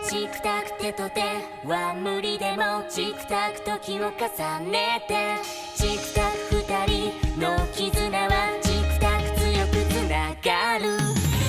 チクタク手と手は無理でもチクタク時を重ねてチクタク二人の絆はチクタク強くつながる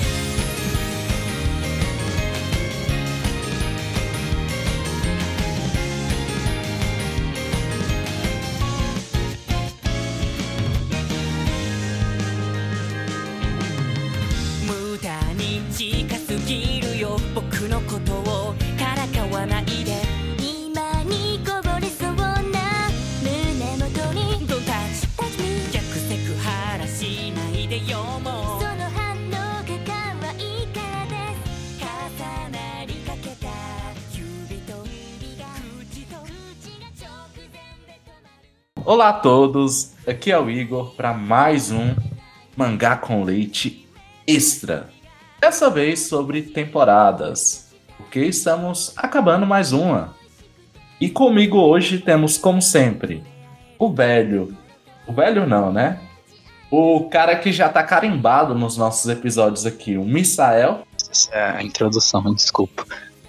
無駄に近すぎるよ僕のことをからかわないで今にこぼれそうな胸元に Don't touch, touch me 逆セクハラしないでよもうその反応が可愛いからです重なりかけた指と指が口と口が直前で止まる Olá a todos, aqui é o Igor para mais um Mangá com Leite Extra. Dessa vez sobre temporadas, porque estamos acabando mais uma. E comigo hoje temos, como sempre, o velho. O velho não, né? O cara que já tá carimbado nos nossos episódios aqui, o Misael. Essa é a introdução, desculpa.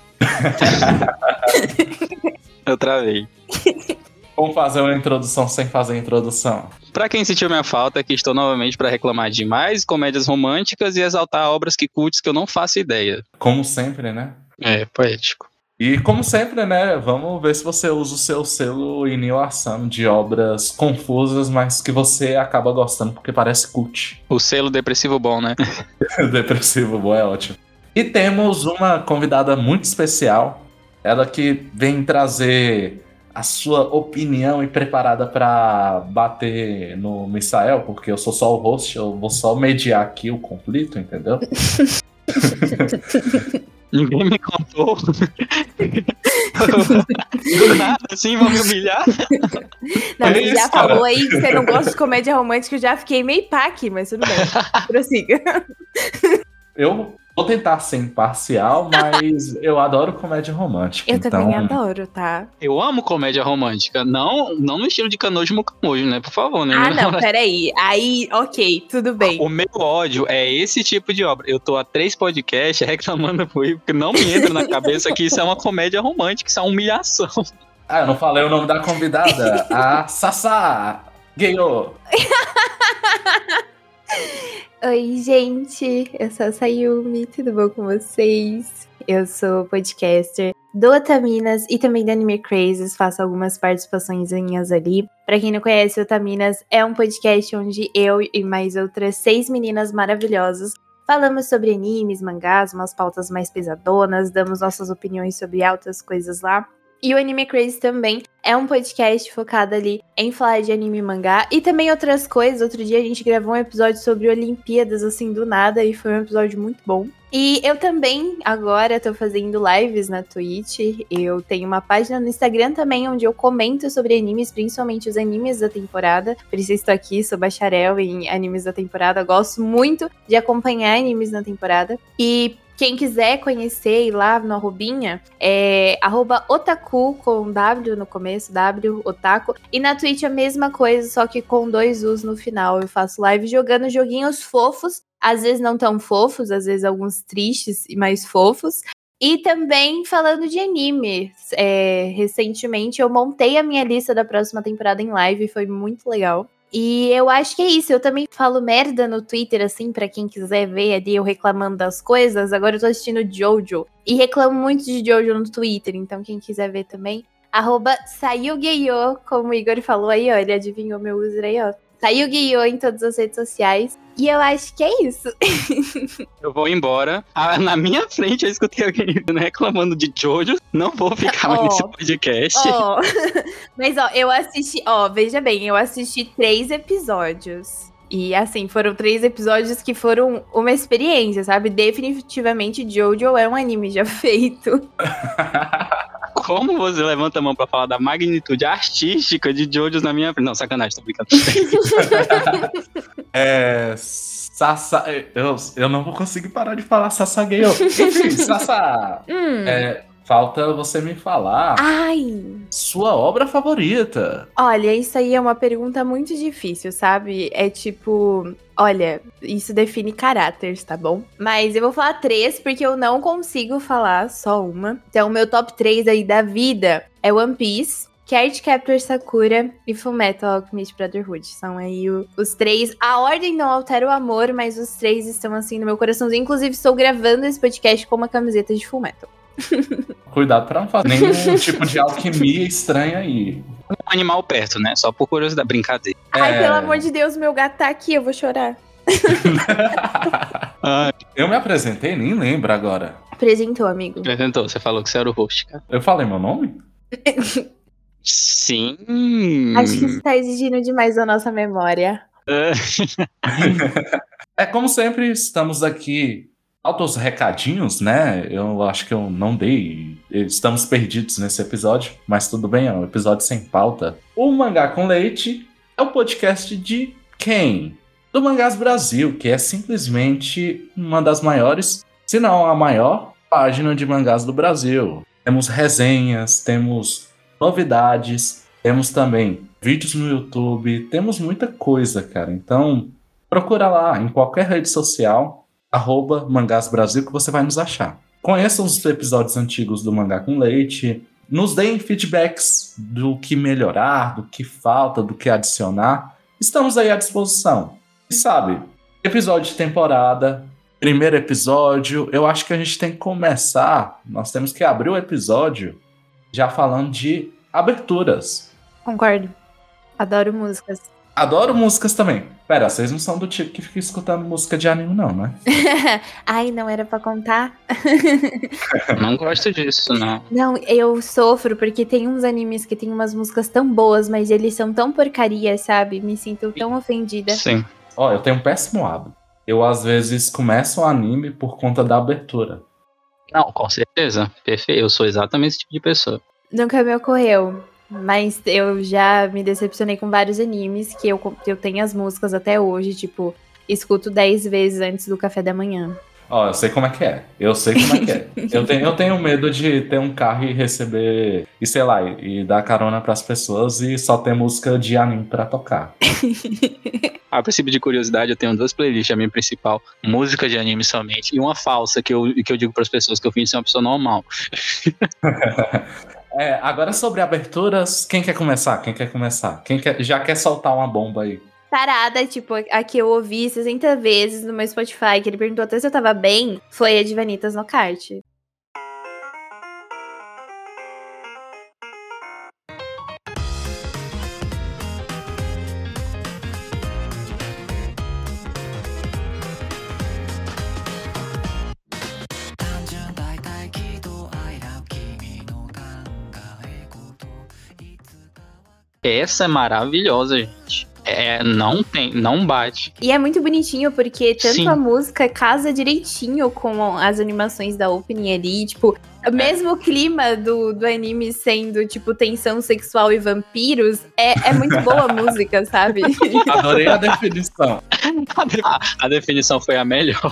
Eu travei. Vamos fazer uma introdução sem fazer a introdução. Pra quem sentiu minha falta, aqui estou novamente para reclamar de mais comédias românticas e exaltar obras cults que eu não faço ideia. Como sempre, né? É, poético. E como sempre, né, vamos ver se você usa o seu selo Inio Asano de obras confusas, mas que você acaba gostando porque parece cult. O selo depressivo bom, né? Depressivo bom é ótimo. E temos uma convidada muito especial, ela que vem trazer a sua opinião e preparada para bater no Misael, porque eu sou só o host, eu vou só mediar aqui o conflito, entendeu? Ninguém me contou. Do nada, assim, vão me humilhar. Não, É você isso, já cara. falou aí que você não gosta de comédia romântica, eu já fiquei meio pá aqui, mas tudo bem. Prossiga. Eu vou tentar ser imparcial, mas eu adoro comédia romântica. Eu então... também adoro, tá? Eu amo comédia romântica, não no estilo de Kanojo Mukamojo, né? Por favor, né? Ah, não, peraí. Aí, ok, tudo bem. O meu ódio é esse tipo de obra. Eu tô há 3 podcasts reclamando por isso, porque não me entra na cabeça que isso é uma comédia romântica, isso é uma humilhação. Ah, eu não falei o nome da convidada. A Sasa Geyo. Oi, gente. Eu sou a Sayumi, tudo bom com vocês? Eu sou podcaster do Otaminas e também da Anime Crazes, faço algumas participações minhas ali. Pra quem não conhece, o Otaminas é um podcast onde eu e mais outras 6 meninas maravilhosas falamos sobre animes, mangás, umas pautas mais pesadonas, damos nossas opiniões sobre altas coisas lá. E o Anime Crazy também é um podcast focado ali em falar de anime e mangá e também outras coisas. Outro dia a gente gravou um episódio sobre Olimpíadas, assim, do nada, e foi um episódio muito bom. E eu também, agora, tô fazendo lives na Twitch. Eu tenho uma página no Instagram também, onde eu comento sobre animes, principalmente os animes da temporada. Por isso eu estou aqui, sou bacharel em animes da temporada. Gosto muito de acompanhar animes na temporada. E quem quiser conhecer, ir lá no arrobinha, é @otaku, com W no começo, W, otaku. E na Twitch a mesma coisa, só que com 2 U's no final. Eu faço live jogando joguinhos fofos, às vezes não tão fofos, às vezes alguns tristes e mais fofos. E também falando de anime. Recentemente eu montei a minha lista da próxima temporada em live, foi muito legal. E eu acho que é isso, eu também falo merda no Twitter, assim, pra quem quiser ver ali eu reclamando das coisas. Agora eu tô assistindo Jojo, e reclamo muito de Jojo no Twitter, então quem quiser ver também, @Sayugeyo, como o Igor falou aí, ó, ele adivinhou meu user aí, ó. Sayugeyo em todas as redes sociais. E eu acho que é isso. Eu vou embora. Na minha frente eu escutei alguém reclamando de Jojo. Não vou ficar mais nesse podcast. Ó, mas ó, eu assisti, ó, veja bem, eu assisti 3 episódios. E assim, foram 3 episódios que foram uma experiência, sabe? Definitivamente Jojo é um anime já feito. Como você levanta a mão pra falar da magnitude artística de Jojo na minha frente? Não, sacanagem, tô brincando. Eu não vou conseguir parar de falar Sasageyo. Enfim, Sasa. falta você me falar Ai! sua obra favorita. Olha, isso aí é uma pergunta muito difícil, sabe? É tipo, olha, isso define caráter, tá bom? Mas eu vou falar 3 porque eu não consigo falar só uma. Então, meu top 3 aí da vida é One Piece, Cardcaptor Sakura e Fullmetal Alchemist Brotherhood. São aí os 3. A ordem não altera o amor, mas os 3 estão assim no meu coraçãozinho. Inclusive, estou gravando esse podcast com uma camiseta de Fullmetal. Cuidado pra não fazer nenhum tipo de alquimia estranha aí. Um animal perto, né? Só por curiosidade, brincadeira. Ai, pelo amor de Deus, meu gato tá aqui, eu vou chorar. Eu me apresentei, nem lembro agora. Apresentou, amigo. Apresentou, você falou que você era o host, cara. Eu falei meu nome? Sim. Acho que isso tá exigindo demais da nossa memória. É como sempre, estamos aqui. Altos recadinhos, né? Eu acho que eu não dei. Estamos perdidos nesse episódio, mas tudo bem, é um episódio sem pauta. O Mangá com Leite é o podcast de quem? Do Mangás Brasil, que é simplesmente uma das maiores, se não a maior, página de mangás do Brasil. Temos resenhas, temos novidades, temos também vídeos no YouTube, temos muita coisa, cara. Então, procura lá em qualquer rede social, @Mangás Brasil, que você vai nos achar. Conheçam os episódios antigos do Mangá com Leite, nos deem feedbacks do que melhorar, do que falta, do que adicionar. Estamos aí à disposição. E sabe, episódio de temporada, primeiro episódio, eu acho que a gente tem que começar, nós temos que abrir o episódio já falando de aberturas. Concordo. Adoro músicas. Adoro músicas também. Pera, vocês não são do tipo que fica escutando música de anime não, né? Ai, não era pra contar? Não gosto disso, não. Não, eu sofro porque tem uns animes que tem umas músicas tão boas, mas eles são tão porcaria, sabe? Me sinto tão ofendida. Sim. Ó, eu tenho um péssimo hábito. Eu, às vezes, começo um anime por conta da abertura. Não, com certeza. Perfeito. Eu sou exatamente esse tipo de pessoa. Nunca me ocorreu. Mas eu já me decepcionei com vários animes que eu tenho as músicas até hoje, tipo, escuto 10 vezes antes do café da manhã. Ó, eu sei como é que é. Eu sei como é que é. Eu tenho medo de ter um carro e receber, e sei lá, e dar carona pras pessoas e só ter música de anime pra tocar. A princípio de curiosidade, eu tenho 2 playlists. A minha principal, música de anime somente, e uma falsa que eu digo pras pessoas que eu fingi ser uma pessoa normal. Agora sobre aberturas, quem quer começar? Já quer soltar uma bomba aí? Parada, tipo, a que eu ouvi 60 vezes no meu Spotify, que ele perguntou até se eu tava bem, foi a de Vanitas no Kart. Essa é maravilhosa, gente. Não bate. E é muito bonitinho, porque tanto Sim. a música casa direitinho com as animações da opening ali, tipo, o mesmo clima do anime sendo, tipo, tensão sexual e vampiros, é muito boa a música, sabe? Adorei a definição. A definição foi a melhor.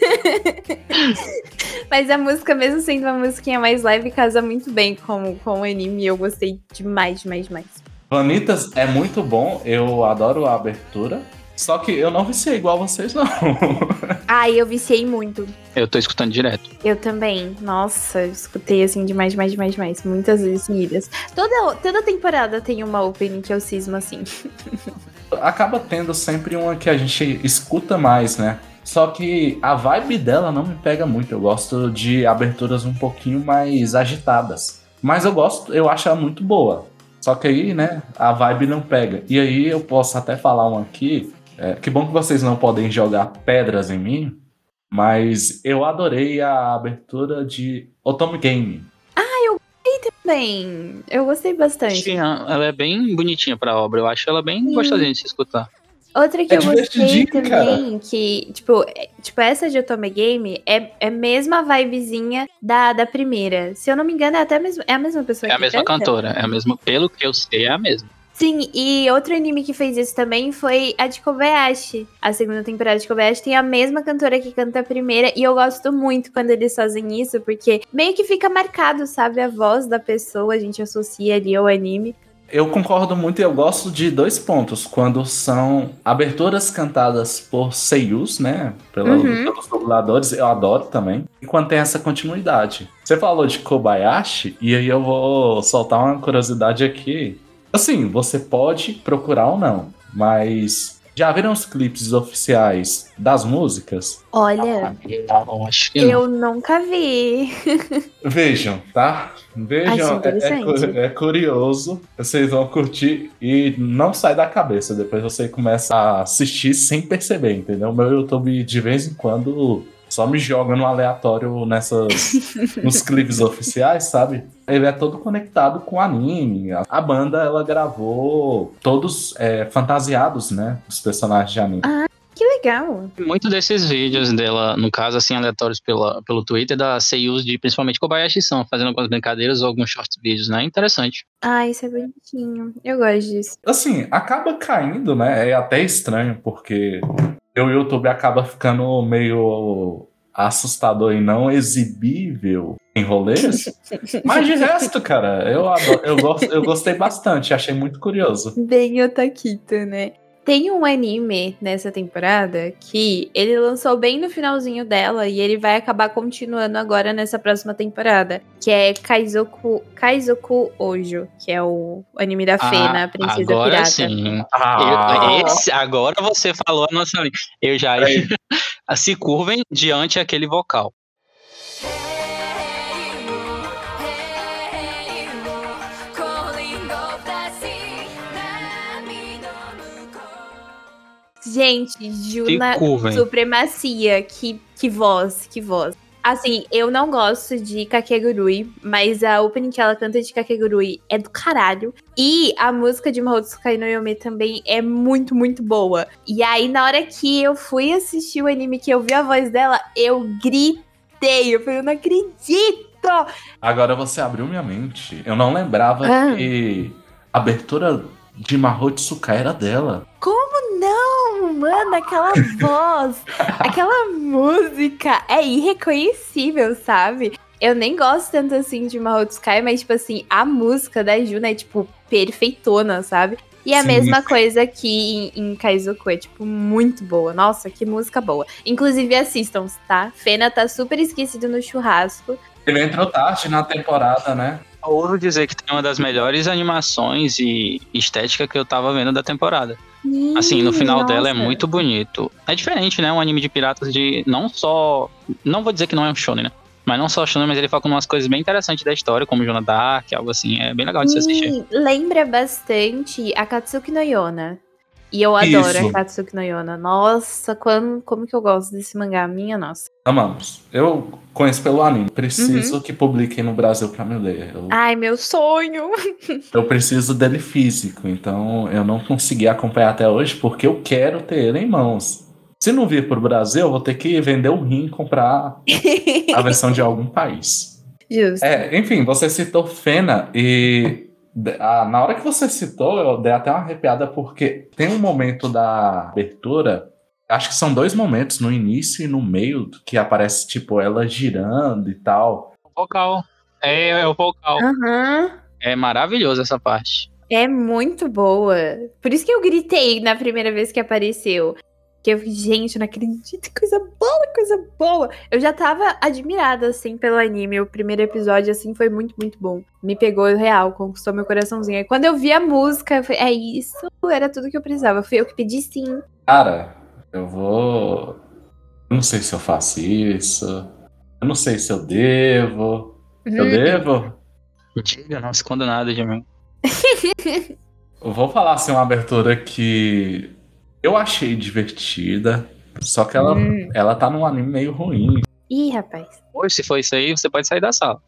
Mas a música, mesmo sendo uma musiquinha mais leve, casa muito bem com o anime, e eu gostei demais. Vanitas é muito bom, eu adoro a abertura. Só que eu não viciei igual vocês, não. Ai, eu viciei muito. Eu tô escutando direto. Eu também. Nossa, eu escutei assim demais. Muitas vezes seguidas. Toda temporada tem uma opening que eu cismo assim. Acaba tendo sempre uma que a gente escuta mais, né? Só que a vibe dela não me pega muito. Eu gosto de aberturas um pouquinho mais agitadas. Mas eu acho ela muito boa. Só que aí, né, a vibe não pega. E aí eu posso até falar um aqui. Que bom que vocês não podem jogar pedras em mim. Mas eu adorei a abertura de Otome Game. Bem, eu gostei bastante. Sim, ela é bem bonitinha pra obra. Eu acho ela bem gostosinha de se escutar. Outra que eu gostei divertidinho, também, que, tipo, essa de Otome Game é a mesma vibezinha da primeira. Se eu não me engano, é a mesma pessoa É a que mesma canta? cantora. É a mesma, pelo que eu sei, é a mesma. Sim, e outro anime que fez isso também foi a de Kobayashi. A segunda temporada de Kobayashi tem a mesma cantora que canta a primeira, e eu gosto muito quando eles fazem isso, porque meio que fica marcado, sabe, a voz da pessoa, a gente associa ali ao anime. Eu concordo muito e eu gosto de 2 pontos. Quando são aberturas cantadas por seiyus, né? Pelos dubladores, eu adoro também. E quando tem essa continuidade. Você falou de Kobayashi, e aí eu vou soltar uma curiosidade aqui. Assim, você pode procurar ou não, mas já viram os clipes oficiais das músicas? Olha, Eu acho que não. eu nunca vi. Vejam, tá? Vejam, Acho interessante. é curioso, vocês vão curtir e não sai da cabeça. Depois você começa a assistir sem perceber, entendeu? Meu YouTube, de vez em quando, só me joga no aleatório nos clipes oficiais, sabe? Ele é todo conectado com o anime. A banda, ela gravou todos fantasiados, né? Os personagens de anime. Que legal. Muito desses vídeos dela, no caso, assim, aleatórios pelo Twitter, da seiyus de principalmente Kobayashi-san, fazendo algumas brincadeiras ou alguns short vídeos, né? Interessante. Isso é bonitinho. Eu gosto disso. Assim, acaba caindo, né? É até estranho, porque o YouTube acaba ficando meio assustador e não exibível em rolês. Mas de resto, cara, eu gostei bastante, achei muito curioso. Bem otaquito, né? Tem um anime nessa temporada que ele lançou bem no finalzinho dela e ele vai acabar continuando agora nessa próxima temporada, que é Kaizoku Ojo, que é o anime da Fena, a princesa agora pirata. Sim. Agora você falou a nossa língua. Eu já se curvem diante aquele vocal. Gente, Juna supremacia, que voz. Assim, eu não gosto de Kakegurui, mas a opening que ela canta de Kakegurui é do caralho. E a música de Mahou Tsukai no Yome também é muito, muito boa. E aí, na hora que eu fui assistir o anime, que eu vi a voz dela, eu gritei. Eu falei, eu não acredito! Agora você abriu minha mente. Eu não lembrava que a abertura de Mahou Tsukai era dela. Como não? Mano, aquela voz, aquela música é irreconhecível, sabe? Eu nem gosto tanto assim de Mahou Tsukai, mas tipo assim, a música da Juna é tipo perfeitona, sabe? E a mesma coisa aqui em Kaizoku, é tipo muito boa. Nossa, que música boa. Inclusive assistam, tá? Fena tá super esquecido no churrasco. Ele entrou tarde na temporada, né? Eu ouso dizer que tem uma das melhores animações e estética que eu tava vendo da temporada. Assim, no final dela é muito bonito. É diferente, né? Um anime de piratas de não só... Não vou dizer que não é um shonen, né? Mas não só shonen, mas ele foca em umas coisas bem interessantes da história, como Joana Dark, algo assim. É bem legal de se assistir. Lembra bastante Akatsuki no Yona. E eu adoro Akatsuki no Yona. Nossa, como que eu gosto desse mangá, minha nossa. Amamos. Eu conheço pelo anime. Preciso que publiquem no Brasil pra me ler. Ai, meu sonho! Eu preciso dele físico, então eu não consegui acompanhar até hoje porque eu quero ter ele em mãos. Se não vir pro Brasil, eu vou ter que vender o rim e comprar a versão de algum país. Justo. Enfim, você citou Fena e... na hora que você citou, eu dei até uma arrepiada porque tem um momento da abertura, acho que são 2 momentos, no início e no meio, que aparece tipo ela girando e tal. O vocal. É o vocal. É maravilhoso essa parte. É muito boa. Por isso que eu gritei na primeira vez que apareceu. Que eu fiquei, gente, eu não acredito, coisa boa. Eu já tava admirada, assim, pelo anime. O primeiro episódio, assim, foi muito, muito bom. Me pegou real, conquistou meu coraçãozinho. Aí quando eu vi a música, eu falei, é isso, era tudo que eu precisava. Fui eu que pedi sim. Cara, eu não sei se eu faço isso. Eu não sei se eu devo. Eu devo? Diga, não esconda nada de mim. Eu vou falar, assim, uma abertura que... eu achei divertida, só que ela tá num anime meio ruim. Ih, rapaz. Hoje, se for isso aí, você pode sair da sala.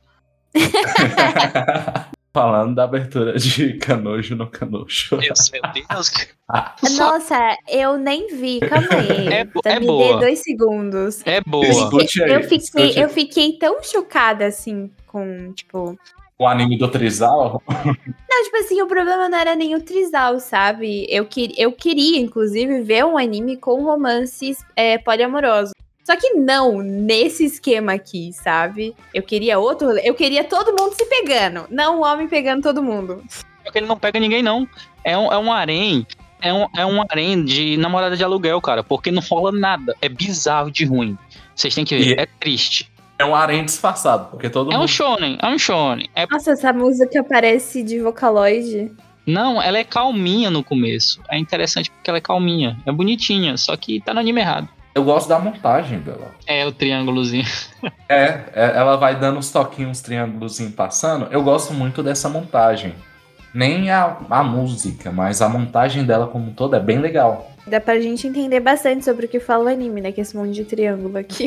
Falando da abertura de Kanojo no Kanojo. Meu Deus. Nossa, eu nem vi, calma aí. É me boa. dê 2 segundos. É boa. Escute aí, Eu fiquei tão chocada, assim, com, tipo... O anime do Trizal? Não, tipo assim, o problema não era nem o trisal, sabe? Eu queria, inclusive, ver um anime com romances poliamorosos. Só que não nesse esquema aqui, sabe? Eu queria todo mundo se pegando, não o homem pegando todo mundo. Porque ele não pega ninguém, não. É um harém. É um harém de namorada de aluguel, cara. Porque não rola nada. É bizarro de ruim. Vocês têm que ver. É triste. É um harém disfarçado, porque todo mundo... É um shonen. Nossa, essa música parece de Vocaloid. Não, ela é calminha no começo. É interessante porque ela é calminha. É bonitinha, só que tá no anime errado. Eu gosto da montagem dela. É, o triângulozinho. Ela vai dando uns toquinhos, uns triângulozinhos passando. Eu gosto muito dessa montagem. Nem a música, mas a montagem dela como um todo é bem legal. Dá pra gente entender bastante sobre o que fala o anime, né? Que é esse monte de triângulo aqui.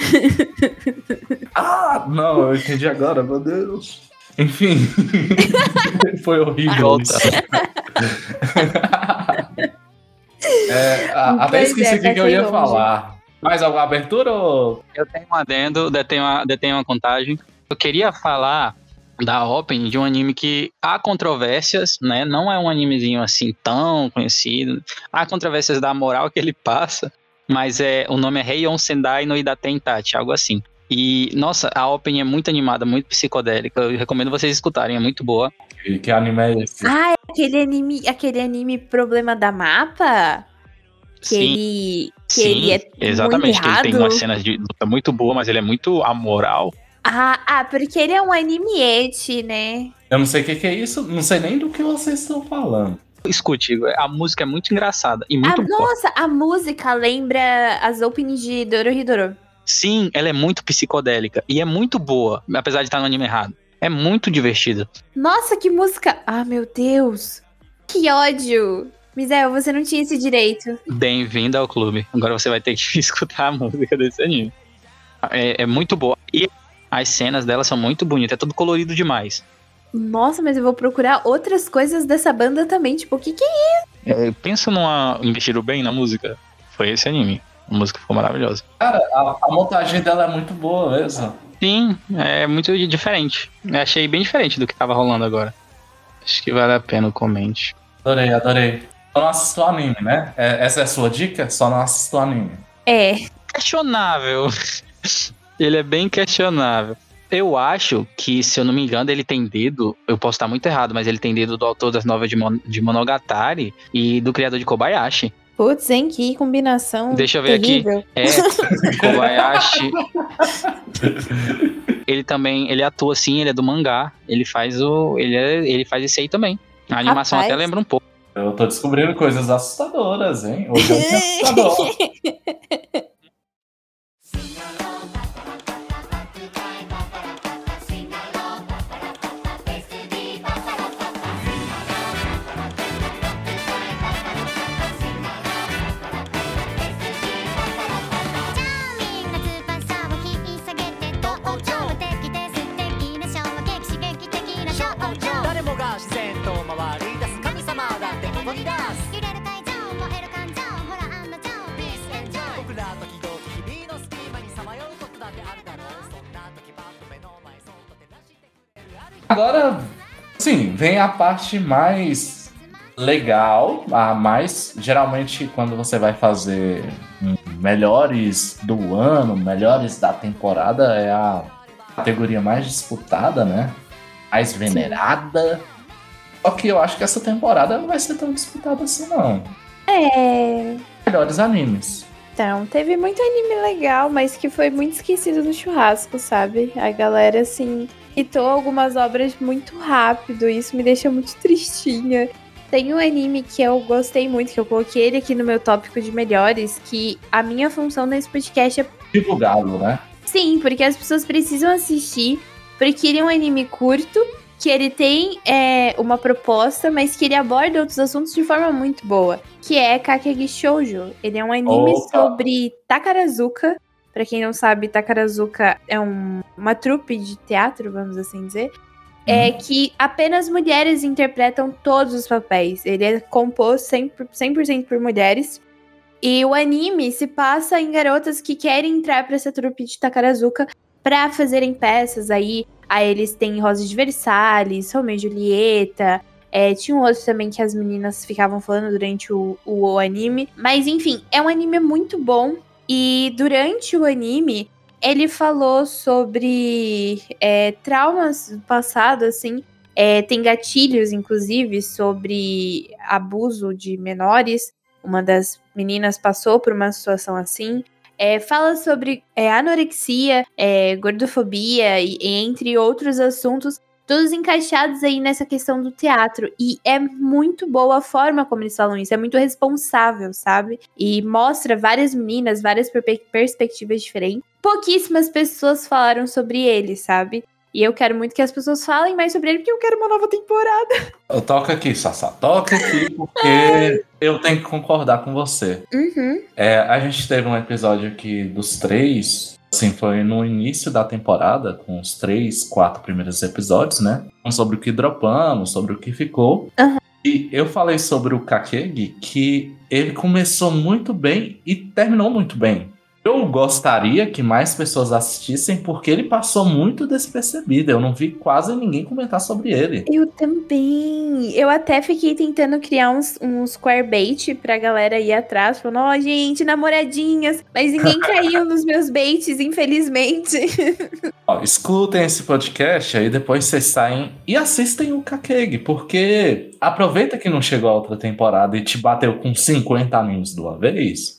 Ah, não, eu entendi agora, meu Deus. Enfim, foi horrível isso. Até esqueci o que eu ia falar. Mais alguma abertura? Ou... Eu tenho um adendo, detém uma contagem. Eu queria falar da Open de um anime que há controvérsias, né? Não é um animezinho assim tão conhecido. Há controvérsias da moral que ele passa, mas o nome é Heion Sendai no Idaten Itachi, algo assim. E, nossa, a Open é muito animada, muito psicodélica. Eu recomendo vocês escutarem, é muito boa. Que anime é esse? Ah, é aquele anime Problema da Mapa? Ele é exatamente, muito errado. Ele tem umas cenas de luta muito boa, mas ele é muito amoral. Porque ele é um anime eti, né? Eu não sei o que é isso, não sei nem do que vocês estão falando. Escute, a música é muito engraçada e muito boa. Nossa, a música lembra as openings de Dorohedoro. Sim, ela é muito psicodélica e é muito boa, apesar de estar no anime errado. É muito divertida. Nossa, que música! Ah, meu Deus! Que ódio! Misael, você não tinha esse direito. Bem-vindo ao clube. Agora você vai ter que escutar a música desse anime. É muito boa. E as cenas dela são muito bonitas. É tudo colorido demais. Nossa, mas eu vou procurar outras coisas dessa banda também. Tipo, o que é isso? Pensa investiram bem na música. Foi esse anime. A música ficou maravilhosa. Cara, a montagem dela é muito boa mesmo. Sim, é muito diferente. Eu achei bem diferente do que tava rolando agora. Acho que vale a pena o comente. Adorei. Só não assisto o anime, né? Essa é a sua dica? Só não assisto o anime. Questionável. Ele é bem questionável. Eu acho que, se eu não me engano, ele tem dedo... Eu posso estar muito errado, mas ele tem dedo do autor das novelas de Monogatari e do criador de Kobayashi. Putz, hein? Que combinação. Deixa eu ver terrível. Aqui. Kobayashi. Ele atua assim, ele é do mangá. Ele faz esse aí também. A animação até lembra um pouco. Eu tô descobrindo coisas assustadoras, hein? Hoje é um dia assustador. Agora, sim, vem a parte mais legal, a mais... Geralmente, quando você vai fazer melhores do ano, melhores da temporada, é a categoria mais disputada, né? Mais venerada. Só que eu acho que essa temporada não vai ser tão disputada assim, não. Melhores animes. Então, teve muito anime legal, mas que foi muito esquecido no churrasco, sabe? A galera, assim, citou algumas obras muito rápido, e isso me deixa muito tristinha. Tem um anime que eu gostei muito, que eu coloquei ele aqui no meu tópico de melhores, que a minha função nesse podcast é... divulgá-lo, né? Sim, porque as pessoas precisam assistir, porque ele é um anime curto, que ele tem uma proposta, mas que ele aborda outros assuntos de forma muito boa, que é Kakegi Shoujo. Ele é um anime sobre Takarazuka. Pra quem não sabe, Takarazuka é uma trupe de teatro, vamos assim dizer, que apenas mulheres interpretam todos os papéis. Ele é composto 100% por mulheres. E o anime se passa em garotas que querem entrar pra essa trupe de Takarazuka pra fazerem peças aí. Aí eles têm Rosa de Versalhes, Romeu e Julieta. Tinha um outro também que as meninas ficavam falando durante o anime. Mas enfim, é um anime muito bom. E durante o anime, ele falou sobre traumas do passado, assim. Tem gatilhos, inclusive, sobre abuso de menores. Uma das meninas passou por uma situação assim. Fala sobre anorexia, gordofobia e entre outros assuntos, todos encaixados aí nessa questão do teatro. E é muito boa a forma como eles falam isso, é muito responsável, sabe? E mostra várias meninas, várias perspectivas diferentes. Pouquíssimas pessoas falaram sobre ele, sabe? E eu quero muito que as pessoas falem mais sobre ele, porque eu quero uma nova temporada. Toca aqui, Sassá. Toca aqui, porque eu tenho que concordar com você. Uhum. A gente teve um episódio aqui dos 3, assim, foi no início da temporada, com os 3, 4 primeiros episódios, né? Sobre o que dropamos, sobre o que ficou. Uhum. E eu falei sobre o Kakegi, que ele começou muito bem e terminou muito bem. Eu gostaria que mais pessoas assistissem, porque ele passou muito despercebido. Eu não vi quase ninguém comentar sobre ele. Eu também. Eu até fiquei tentando criar uns queerbait pra galera ir atrás. Falando, gente, namoradinhas. Mas ninguém caiu nos meus baits, infelizmente. Escutem esse podcast, aí depois vocês saem e assistem o Kakegi, porque aproveita que não chegou a outra temporada e te bateu com 50 animes de uma vez.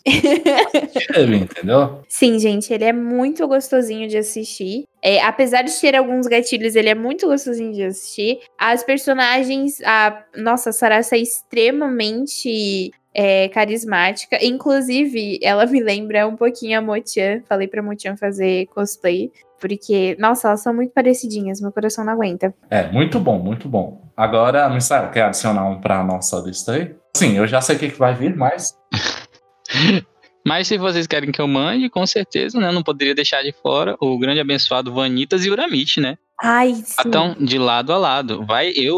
Ele, entendeu? Sim, gente, ele é muito gostosinho de assistir. Apesar de ter alguns gatilhos, ele é muito gostosinho de assistir. As personagens, a Sarasa é extremamente carismática. Inclusive, ela me lembra um pouquinho a Mo-chan. Falei pra Mo-chan fazer cosplay. Porque, nossa, elas são muito parecidinhas. Meu coração não aguenta. Muito bom, muito bom. Agora, Misael, quer adicionar um pra nossa lista aí? Sim, eu já sei o que vai vir, mas... Mas se vocês querem que eu mande, com certeza, né? Não poderia deixar de fora o grande abençoado Vanitas e Uramichi, né? Ai, sim. Então, de lado a lado.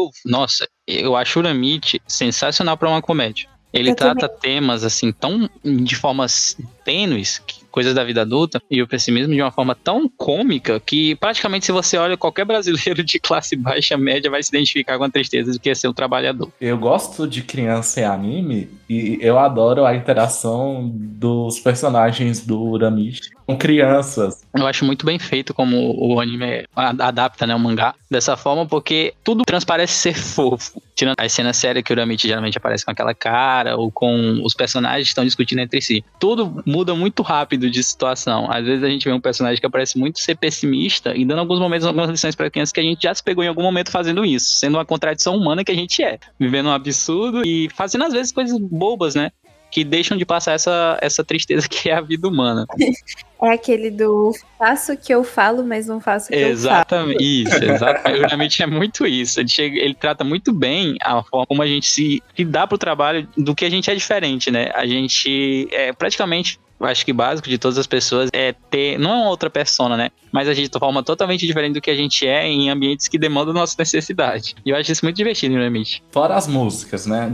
Eu acho Uramichi sensacional pra uma comédia. Ele trata temas, assim, tão de formas tênues, coisas da vida adulta, e o pessimismo de uma forma tão cômica que praticamente se você olha qualquer brasileiro de classe baixa, média, vai se identificar com a tristeza de que é ser um trabalhador. Eu gosto de criança em anime e eu adoro a interação dos personagens do Uramichi com crianças. Eu acho muito bem feito como o anime adapta, né, o mangá dessa forma, porque tudo transparece ser fofo. Tirando as cenas sérias que o Uramichi geralmente aparece com aquela cara, ou com os personagens que estão discutindo entre si. Tudo muda muito rápido de situação. Às vezes a gente vê um personagem que parece muito ser pessimista e dando alguns momentos, algumas lições para crianças que a gente já se pegou em algum momento fazendo isso, sendo uma contradição humana que a gente vivendo um absurdo e fazendo às vezes coisas bobas, né? Que deixam de passar essa tristeza que é a vida humana. É aquele do faço o que eu falo, mas não faço o que exatamente, eu faço. Exatamente. Realmente é muito isso. Ele trata muito bem a forma como a gente se dá pro trabalho do que a gente é diferente, né? A gente praticamente, acho que básico de todas as pessoas não é uma outra persona, né? Mas a gente de forma totalmente diferente do que a gente é em ambientes que demandam nossa necessidade. E eu acho isso muito divertido, realmente. Fora as músicas, né?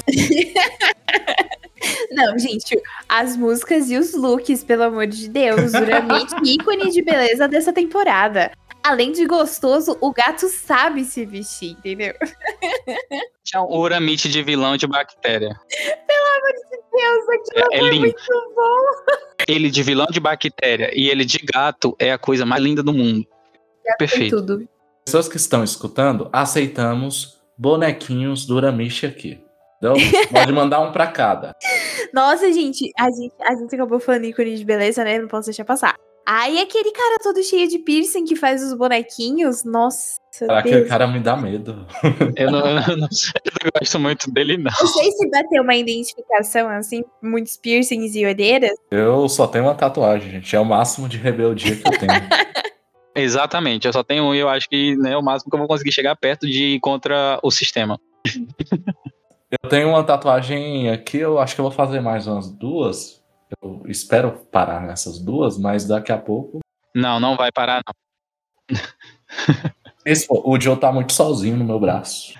Não, gente, as músicas e os looks, pelo amor de Deus, Uramichi, ícone de beleza dessa temporada. Além de gostoso, o gato sabe se vestir, entendeu? O Uramichi de vilão de bactéria. Pelo amor de Deus, aquilo foi muito bom. Ele de vilão de bactéria e ele de gato é a coisa mais linda do mundo. Gato perfeito. Tudo. Pessoas que estão escutando, aceitamos bonequinhos do Uramichi aqui. Então, pode mandar um pra cada. Nossa, gente, a gente acabou falando ícone de beleza, né? Não posso deixar passar. Aí aquele cara todo cheio de piercing que faz os bonequinhos, nossa. Aquele cara me dá medo. Eu não gosto muito dele, não. Não sei se bater uma identificação, assim, muitos piercings e olheiras. Eu só tenho uma tatuagem, gente. É o máximo de rebeldia que eu tenho. Exatamente, eu só tenho um e eu acho que é o máximo que eu vou conseguir chegar perto de ir contra o sistema. Eu tenho uma tatuagem aqui, eu acho que eu vou fazer mais umas 2. Eu espero parar nessas 2, mas daqui a pouco... Não vai parar, não. O Joe tá muito sozinho no meu braço.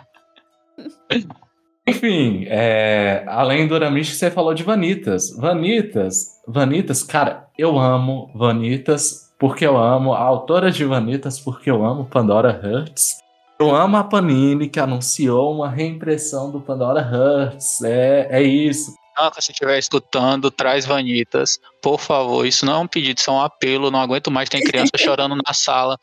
Enfim, além do Uramichi, você falou de Vanitas. Vanitas, cara, eu amo Vanitas porque eu amo, a autora de Vanitas porque eu amo Pandora Hearts. Eu amo a Panini, que anunciou uma reimpressão do Pandora Hearts. É isso. Se você estiver escutando, traz Vanitas. Por favor, isso não é um pedido, isso é um apelo. Não aguento mais, tem criança chorando na sala.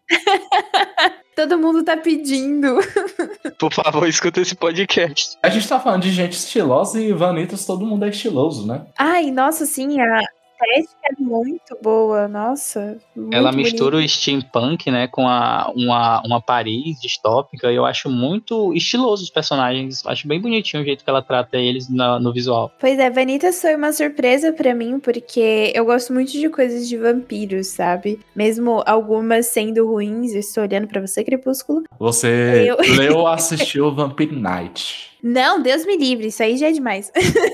Todo mundo tá pedindo. Por favor, escuta esse podcast. A gente tá falando de gente estilosa e Vanitas todo mundo é estiloso, né? Ai, nossa, sim, a estética é muito boa, nossa. Muito Ela mistura bonito. o steampunk, né, com uma Paris distópica, e eu acho muito estiloso os personagens. Acho bem bonitinho o jeito que ela trata eles no visual. Pois é, Vanitas foi uma surpresa pra mim, porque eu gosto muito de coisas de vampiros, sabe? Mesmo algumas sendo ruins, eu estou olhando pra você, Crepúsculo. Você leu ou assistiu Vampire Knight? Não, Deus me livre, isso aí já é demais.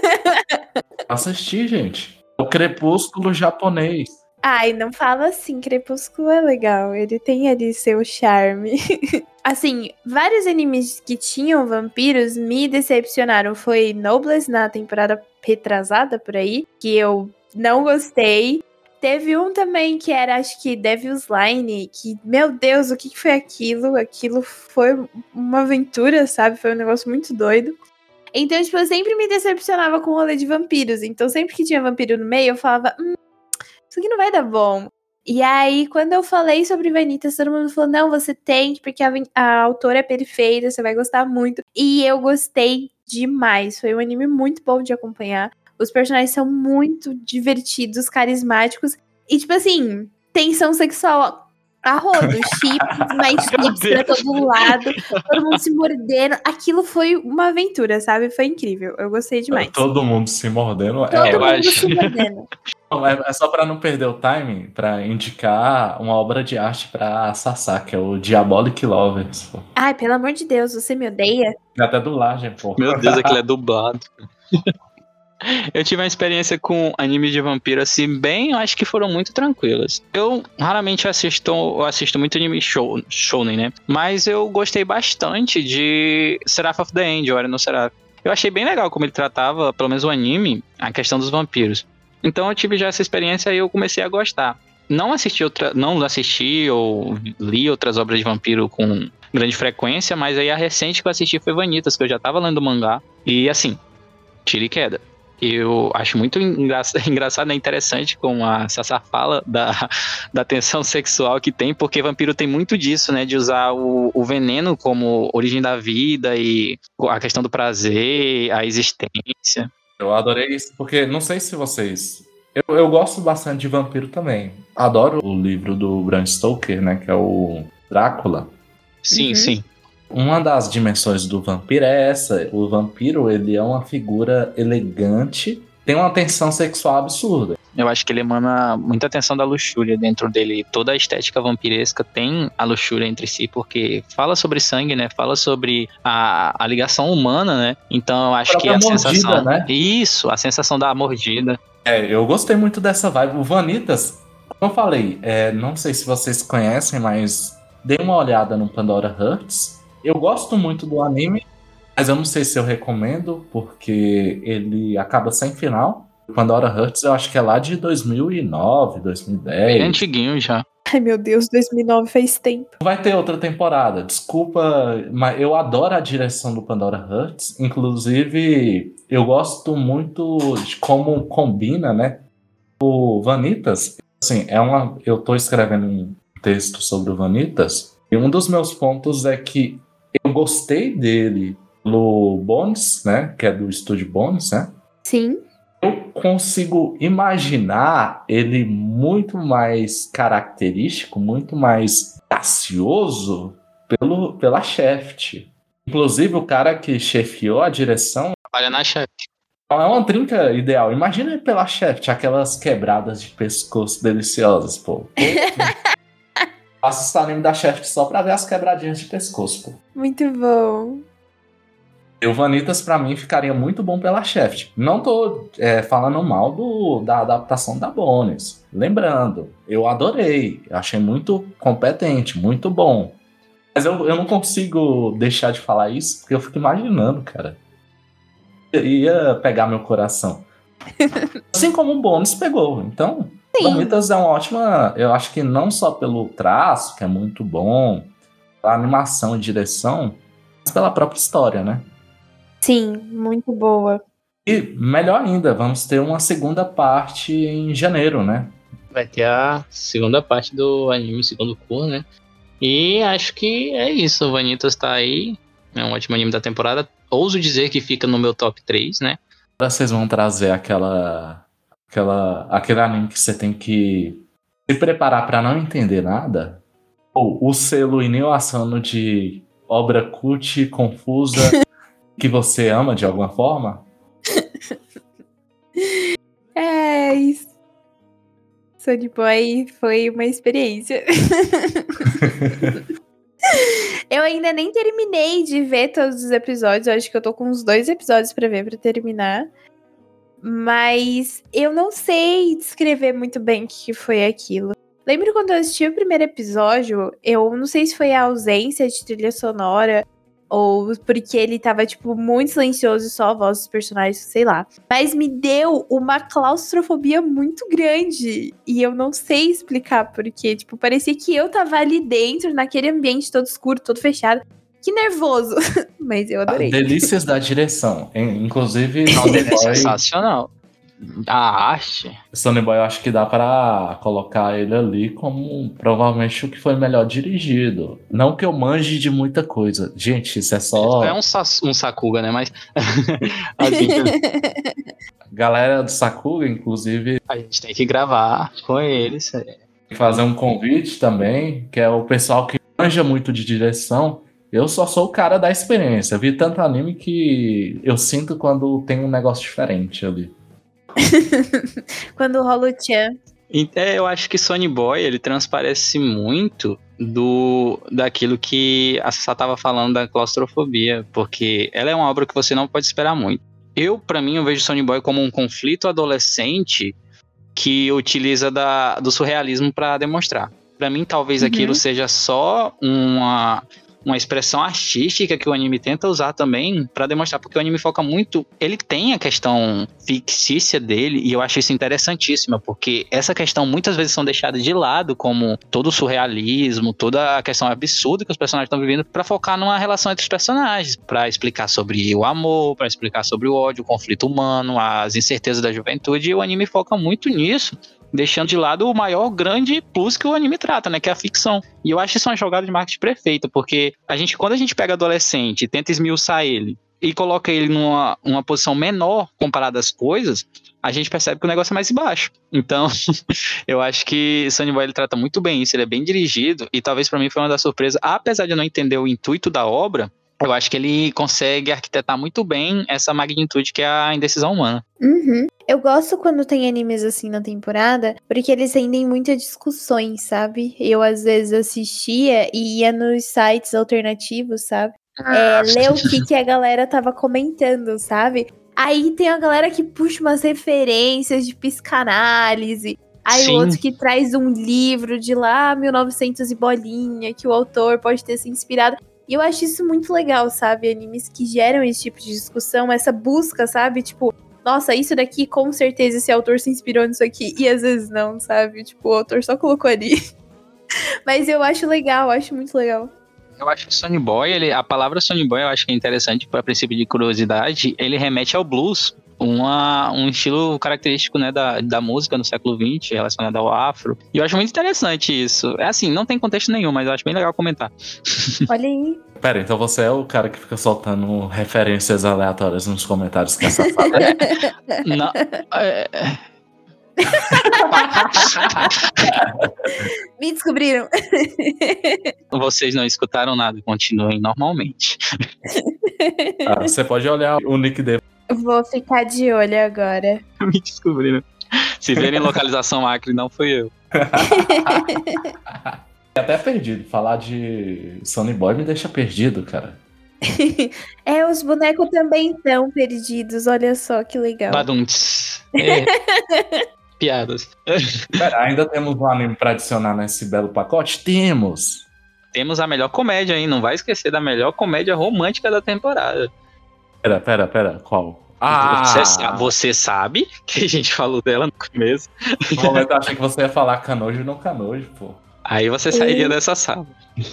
Assisti, gente. O Crepúsculo japonês. Ai, não fala assim, Crepúsculo é legal, ele tem ali seu charme. Assim, vários animes que tinham vampiros me decepcionaram. Foi Noblesse na temporada retrasada por aí, que eu não gostei. Teve um também que era, acho que Devil's Line, que, meu Deus, o que foi aquilo? Aquilo foi uma aventura, sabe? Foi um negócio muito doido. Então, tipo, eu sempre me decepcionava com o rolê de vampiros. Então, sempre que tinha vampiro no meio, eu falava, isso aqui não vai dar bom. E aí, quando eu falei sobre Vanitas, todo mundo falou, não, você tem, porque a autora é perfeita, você vai gostar muito. E eu gostei demais. Foi um anime muito bom de acompanhar. Os personagens são muito divertidos, carismáticos. E, tipo assim, tensão sexual a rodo, chips, mais chips pra todo lado, todo mundo se mordendo. Aquilo foi uma aventura, sabe? Foi incrível. Eu gostei demais. Todo mundo se mordendo. Todo mundo se mordendo. É só pra não perder o timing, pra indicar uma obra de arte pra Sassá, que é o Diabolic Lovers. Pô. Ai, pelo amor de Deus, você me odeia? Tem até dublagem, pô. Meu Deus, aquilo é dublado. Eu tive uma experiência com anime de vampiro, assim, eu acho que foram muito tranquilas. Eu raramente assisto muito anime shounen, né? Mas eu gostei bastante de Seraph of the Angel, era no Seraph. Eu achei bem legal como ele tratava, pelo menos o anime, a questão dos vampiros. Então eu tive já essa experiência e eu comecei a gostar. Não assisti ou li outras obras de vampiro com grande frequência, mas aí a recente que eu assisti foi Vanitas, que eu já tava lendo o mangá. E assim, tira e queda. Eu acho muito engraçado e interessante como a Sassá fala da tensão sexual que tem, porque vampiro tem muito disso, né? De usar o veneno como origem da vida e a questão do prazer, a existência. Eu adorei isso, porque não sei se vocês... Eu gosto bastante de vampiro também. Adoro o livro do Bram Stoker, né? Que é o Drácula. Sim, sim. Uma das dimensões do vampiro é essa. O vampiro, ele é uma figura elegante, tem uma tensão sexual absurda. Eu acho que ele emana muita atenção da luxúria dentro dele. Toda a estética vampiresca tem a luxúria entre si, porque fala sobre sangue, né? Fala sobre a ligação humana, né? Então eu acho que a mordida, sensação... né? Isso, a sensação da mordida. Eu gostei muito dessa vibe. O Vanitas, como eu falei, não sei se vocês conhecem, mas dê uma olhada no Pandora Hearts. Eu gosto muito do anime, mas eu não sei se eu recomendo, porque ele acaba sem final. Pandora Hearts eu acho que é lá de 2009, 2010. Bem antiguinho já. Ai, meu Deus, 2009 faz tempo. Vai ter outra temporada, desculpa, mas eu adoro a direção do Pandora Hearts. Inclusive, eu gosto muito de como combina, né? O Vanitas, assim, eu tô escrevendo um texto sobre o Vanitas, e um dos meus pontos é que eu gostei dele pelo Bones, né? Que é do estúdio Bones, né? Sim. Eu consigo imaginar ele muito mais característico, muito mais gracioso pela Shaft. Inclusive, o cara que chefiou a direção Olha na Shaft. é uma trinca ideal. Imagina pela Shaft, aquelas quebradas de pescoço deliciosas, pô. Faço o anime da Shaft só pra ver as quebradinhas de pescoço, pô. Muito bom. E o Vanitas, pra mim, ficaria muito bom pela Shaft. Não tô falando mal da adaptação da Bones. Lembrando, eu adorei. Eu achei muito competente, muito bom. Mas eu não consigo deixar de falar isso, porque eu fico imaginando, cara. Ia pegar meu coração. Assim como o Bones pegou. Então, Sim. Vanitas é uma ótima, eu acho que não só pelo traço, que é muito bom, a animação e direção, mas pela própria história, né? Sim, muito boa. E melhor ainda, vamos ter uma segunda parte em janeiro, né? Vai ter a segunda parte do anime, segundo curso, né? E acho que é isso. O Vanitas tá aí. É um ótimo anime da temporada. Ouso dizer que fica no meu top 3, né? Agora vocês vão trazer aquele anime que você tem que se preparar para não entender nada. Ou o selo Ineo Asano de obra cult confusa que você ama de alguma forma. É isso. Sonny Boy foi uma experiência. Eu ainda nem terminei de ver todos os episódios. Eu acho que eu tô com uns 2 episódios pra ver pra terminar. Mas eu não sei descrever muito bem o que foi aquilo. Lembro quando eu assisti o primeiro episódio, eu não sei se foi a ausência de trilha sonora ou porque ele tava, tipo, muito silencioso e só a voz dos personagens, sei lá. Mas me deu uma claustrofobia muito grande. E eu não sei explicar porque, tipo, parecia que eu tava ali dentro, naquele ambiente todo escuro, todo fechado. Que nervoso. Mas eu adorei. Delícias da direção. Inclusive, É sensacional. A arte. Sonny Boy, eu acho que dá pra colocar ele ali como provavelmente o que foi melhor dirigido. Não que eu manje de muita coisa. Gente, isso é só... É um Sakuga, né? Mas... assim, Galera do Sakuga, inclusive, a gente tem que gravar com eles. fazer um convite também, que é o pessoal que manja muito de direção. Eu só sou o cara da experiência. Vi tanto anime que eu sinto quando tem um negócio diferente ali. Quando rola o Chan. Eu acho que Sonny Boy, ele transparece muito daquilo que a Sassá tava falando da claustrofobia, porque ela é uma obra que você não pode esperar muito. Pra mim, eu vejo Sonny Boy como um conflito adolescente que utiliza do surrealismo para demonstrar. Pra mim, talvez aquilo seja só uma expressão artística que o anime tenta usar também pra demonstrar, porque o anime foca muito, ele tem a questão fictícia dele, e eu acho isso interessantíssima, porque essa questão muitas vezes são deixadas de lado, como todo o surrealismo, toda a questão absurda que os personagens estão vivendo, pra focar numa relação entre os personagens, pra explicar sobre o amor, pra explicar sobre o ódio, o conflito humano, as incertezas da juventude, e o anime foca muito nisso, deixando de lado o maior grande plus que o anime trata, né, que é a ficção. E eu acho isso uma jogada de marketing perfeita, porque quando a gente pega adolescente e tenta esmiuçar ele e coloca ele numa posição menor comparado às coisas, a gente percebe que o negócio é mais baixo. Então, eu acho que Sonny Boy, ele trata muito bem isso, ele é bem dirigido, e talvez pra mim foi uma das surpresas, apesar de eu não entender o intuito da obra, eu acho que ele consegue arquitetar muito bem essa magnitude que é a indecisão humana. Uhum. Eu gosto quando tem animes assim na temporada, porque eles rendem muitas discussões, sabe? Eu às vezes assistia e ia nos sites alternativos, sabe? Ler o que a galera tava comentando, sabe? Aí tem a galera que puxa umas referências de psicanálise. Aí Sim. o outro que traz um livro de lá 1900 e bolinha, que o autor pode ter se inspirado. E eu acho isso muito legal, sabe? Animes que geram esse tipo de discussão, essa busca, sabe? Tipo, nossa, isso daqui, com certeza esse autor se inspirou nisso aqui. E às vezes não, sabe? Tipo, o autor só colocou ali. Mas eu acho legal, acho muito legal. Eu acho que Sonny Boy, a palavra Sonny Boy eu acho que é interessante para princípio de curiosidade, ele remete ao blues, um estilo característico, né, da música no século XX, relacionado ao afro. E eu acho muito interessante isso. É assim, não tem contexto nenhum, mas eu acho bem legal comentar. Olha aí. Pera, então você é o cara que fica soltando referências aleatórias nos comentários que essa fala. Não, Me descobriram. Vocês não escutaram nada, continuem normalmente. Você pode olhar o nick dele. Vou ficar de olho agora. Me descobriram. Se verem localização Acre, não fui eu. Até perdido. Falar de Sonny Boy me deixa perdido, cara. Os bonecos também estão perdidos. Olha só que legal. Badunts. Piadas. Pera, ainda temos um anime pra adicionar nesse belo pacote? Temos! Temos a melhor comédia, hein? Não vai esquecer da melhor comédia romântica da temporada. Pera. Qual? Você sabe que a gente falou dela no começo. No momento eu achei que você ia falar Canojo e não Canojo, pô. Aí você sairia dessa sala.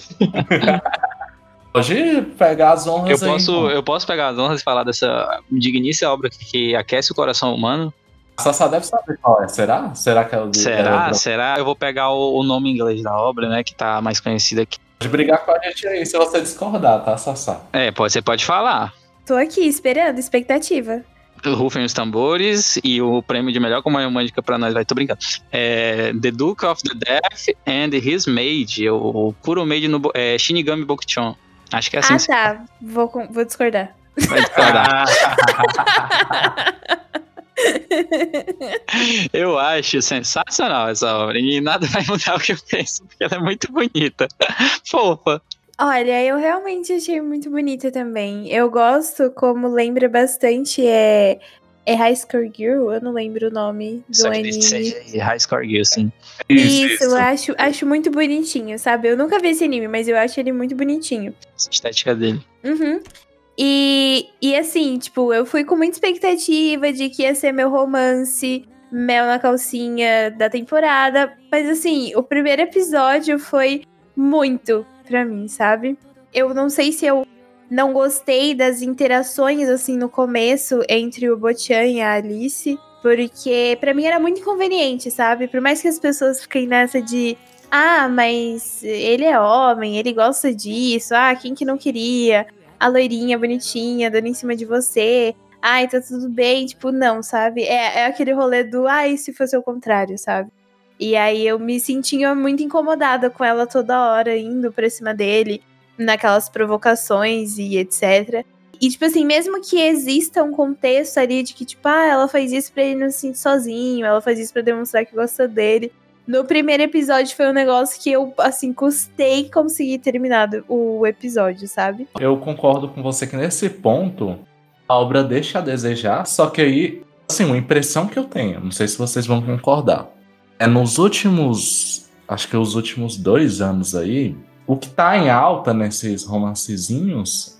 Pode pegar as honras Eu posso pegar as honras e falar dessa digníssima obra que aquece o coração humano? A Sassá deve saber qual é. Será? Será que é o Será? Eu vou pegar o nome em inglês da obra, né? Que tá mais conhecida aqui. Pode brigar com a gente aí se você discordar, tá, Sassá? Você pode falar. Tô aqui esperando, expectativa. Rufem os tambores e o prêmio de melhor comunhão romântica pra nós, tô brincando. The Duke of the Death and His Maid, o Kuromaid no Shinigami Bokuchon. Acho que é assim. Tá. Vou discordar. Vai discordar. Eu acho sensacional essa obra e nada vai mudar o que eu penso, porque ela é muito bonita. Fofa. Olha, eu realmente achei muito bonita também. Eu gosto, como lembra bastante, é High Score Girl? Eu não lembro o nome do anime. High Score Girl, sim. Isso. Eu acho muito bonitinho, sabe? Eu nunca vi esse anime, mas eu acho ele muito bonitinho. Essa estética dele. Uhum. E assim, tipo, eu fui com muita expectativa de que ia ser meu romance, mel na calcinha da temporada. Mas assim, o primeiro episódio foi muito pra mim, sabe? Eu não sei se eu não gostei das interações, assim, no começo entre o Bochan e a Alice, porque pra mim era muito inconveniente, sabe? Por mais que as pessoas fiquem nessa de mas ele é homem, ele gosta disso, quem que não queria? A loirinha bonitinha dando em cima de você, tá tudo bem, tipo, não, sabe? É aquele rolê do, e se fosse o contrário, sabe? E aí eu me sentia muito incomodada com ela toda hora, indo pra cima dele, naquelas provocações e etc. E, tipo assim, mesmo que exista um contexto ali de que, tipo, ela faz isso pra ele não se sentir sozinho, ela faz isso pra demonstrar que gosta dele. No primeiro episódio foi um negócio que eu, assim, custei conseguir terminar o episódio, sabe? Eu concordo com você que nesse ponto a obra deixa a desejar, só que aí, assim, uma impressão que eu tenho, não sei se vocês vão concordar, nos últimos, acho que os últimos 2 anos aí, o que tá em alta nesses romancezinhos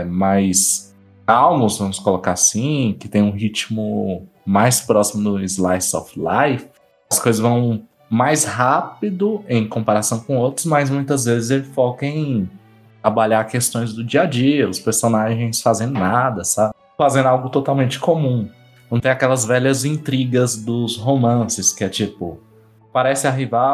mais calmos, vamos colocar assim, que tem um ritmo mais próximo do slice of life, as coisas vão mais rápido em comparação com outros, mas muitas vezes ele foca em trabalhar questões do dia a dia, os personagens fazendo nada, sabe? Fazendo algo totalmente comum. Não tem aquelas velhas intrigas dos romances, que é tipo, aparece a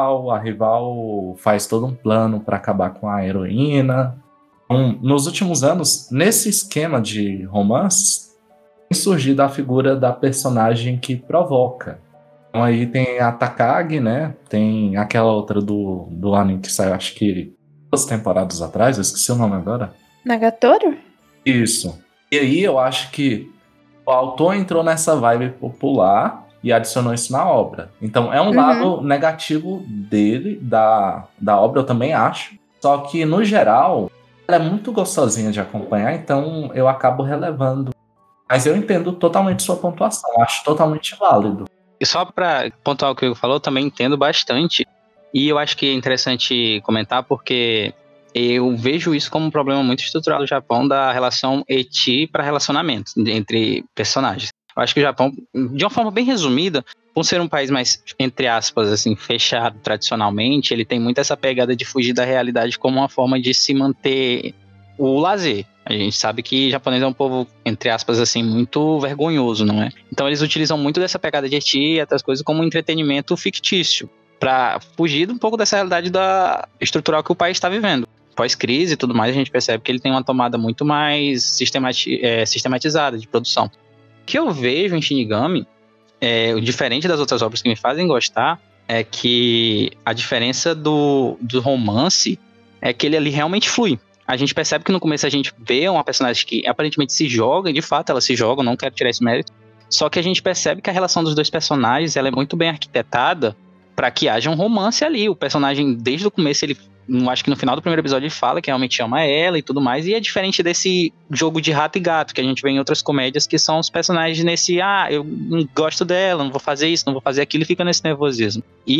rival faz todo um plano para acabar com a heroína. Então, nos últimos anos, nesse esquema de romances, tem surgido a figura da personagem que provoca. Então aí tem a Takagi, né? Tem aquela outra do anime que saiu, acho que 2 temporadas atrás, eu esqueci o nome agora. Nagatoro? Isso. E aí eu acho que o autor entrou nessa vibe popular e adicionou isso na obra. Então é um lado negativo dele, da obra, eu também acho. Só que, no geral, ela é muito gostosinha de acompanhar, então eu acabo relevando. Mas eu entendo totalmente sua pontuação, acho totalmente válido. E só pra pontuar o que o Hugo falou, eu também entendo bastante. E eu acho que é interessante comentar porque eu vejo isso como um problema muito estrutural do Japão, da relação eti para relacionamento entre personagens. Eu acho que o Japão, de uma forma bem resumida, por ser um país mais, entre aspas, assim, fechado tradicionalmente, ele tem muito essa pegada de fugir da realidade como uma forma de se manter o lazer. A gente sabe que o japonês é um povo, entre aspas, assim, muito vergonhoso, não é? Então eles utilizam muito dessa pegada de eti e outras coisas como um entretenimento fictício, para fugir um pouco dessa realidade estrutural que o país está vivendo. Pós-crise e tudo mais, a gente percebe que ele tem uma tomada muito mais sistematizada de produção. O que eu vejo em Shinigami, diferente das outras obras que me fazem gostar, é que a diferença do romance é que ele ali realmente flui. A gente percebe que no começo a gente vê uma personagem que aparentemente se joga, e de fato ela se joga, não quero tirar esse mérito, só que a gente percebe que a relação dos 2 personagens ela é muito bem arquitetada para que haja um romance ali. O personagem, desde o começo, acho que no final do primeiro episódio ele fala que realmente ama ela e tudo mais, e é diferente desse jogo de rato e gato que a gente vê em outras comédias, que são os personagens nesse, eu não gosto dela, não vou fazer isso, não vou fazer aquilo, e fica nesse nervosismo. E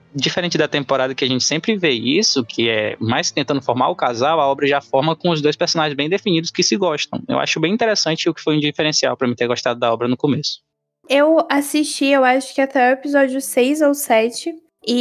diferente da temporada que a gente sempre vê isso, que é mais tentando formar o casal, a obra já forma com os dois personagens bem definidos que se gostam. Eu acho bem interessante o que foi um diferencial pra mim ter gostado da obra no começo. Eu assisti, eu acho que até o episódio 6 ou 7.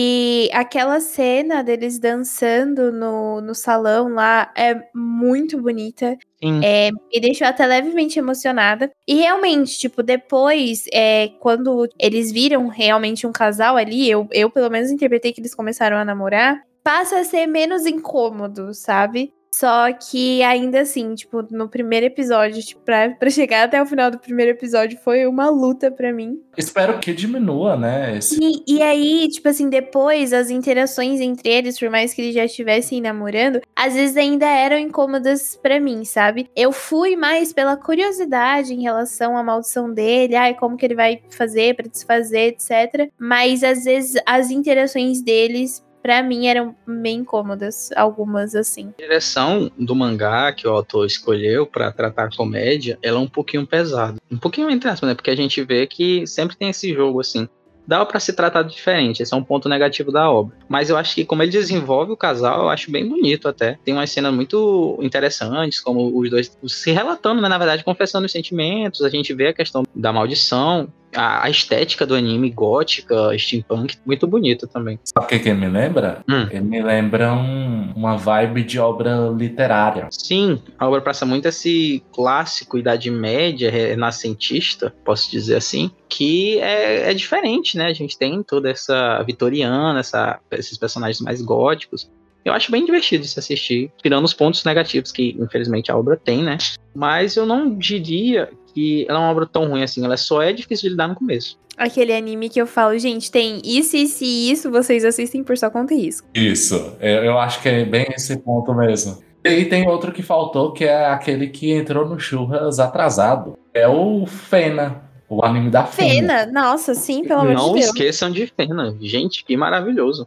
E aquela cena deles dançando no salão lá é muito bonita. Sim. Me deixou até levemente emocionada. E realmente, tipo, depois, quando eles viram realmente um casal ali, eu pelo menos interpretei que eles começaram a namorar, passa a ser menos incômodo, sabe? Só que ainda assim, tipo, no primeiro episódio, tipo, pra chegar até o final do primeiro episódio foi uma luta pra mim. Espero que diminua, né? E aí, tipo assim, depois as interações entre eles, por mais que eles já estivessem namorando, às vezes ainda eram incômodas pra mim, sabe? Eu fui mais pela curiosidade em relação à maldição dele, como que ele vai fazer pra desfazer, etc. Mas às vezes as interações deles, pra mim, eram meio incômodas, algumas assim. A direção do mangá que o autor escolheu pra tratar a comédia, ela é um pouquinho pesada. Um pouquinho entre aspas, né? Porque a gente vê que sempre tem esse jogo, assim. Dá pra se tratar diferente, esse é um ponto negativo da obra. Mas eu acho que como ele desenvolve o casal, eu acho bem bonito até. Tem umas cenas muito interessantes, como os dois se relatando, né? Na verdade, confessando os sentimentos. A gente vê a questão da maldição. A estética do anime, gótica, steampunk, muito bonita também. Sabe o que ele me lembra? Ele me lembra uma vibe de obra literária. Sim, a obra passa muito esse clássico Idade Média, renascentista, posso dizer assim, que é diferente, né? A gente tem toda essa vitoriana, esses personagens mais góticos. Eu acho bem divertido de se assistir, tirando os pontos negativos que, infelizmente, a obra tem, né? Mas eu não diria que ela é uma obra tão ruim assim, ela só é difícil de lidar no começo. Aquele anime que eu falo, gente, tem isso, isso e isso, vocês assistem por sua conta e risco. Isso, eu acho que é bem esse ponto mesmo. E aí tem outro que faltou, que é aquele que entrou no Churras atrasado. É o Fena, o anime da Fena. Nossa, sim, pelo amor de Deus. Não esqueçam de Fena, gente, que maravilhoso.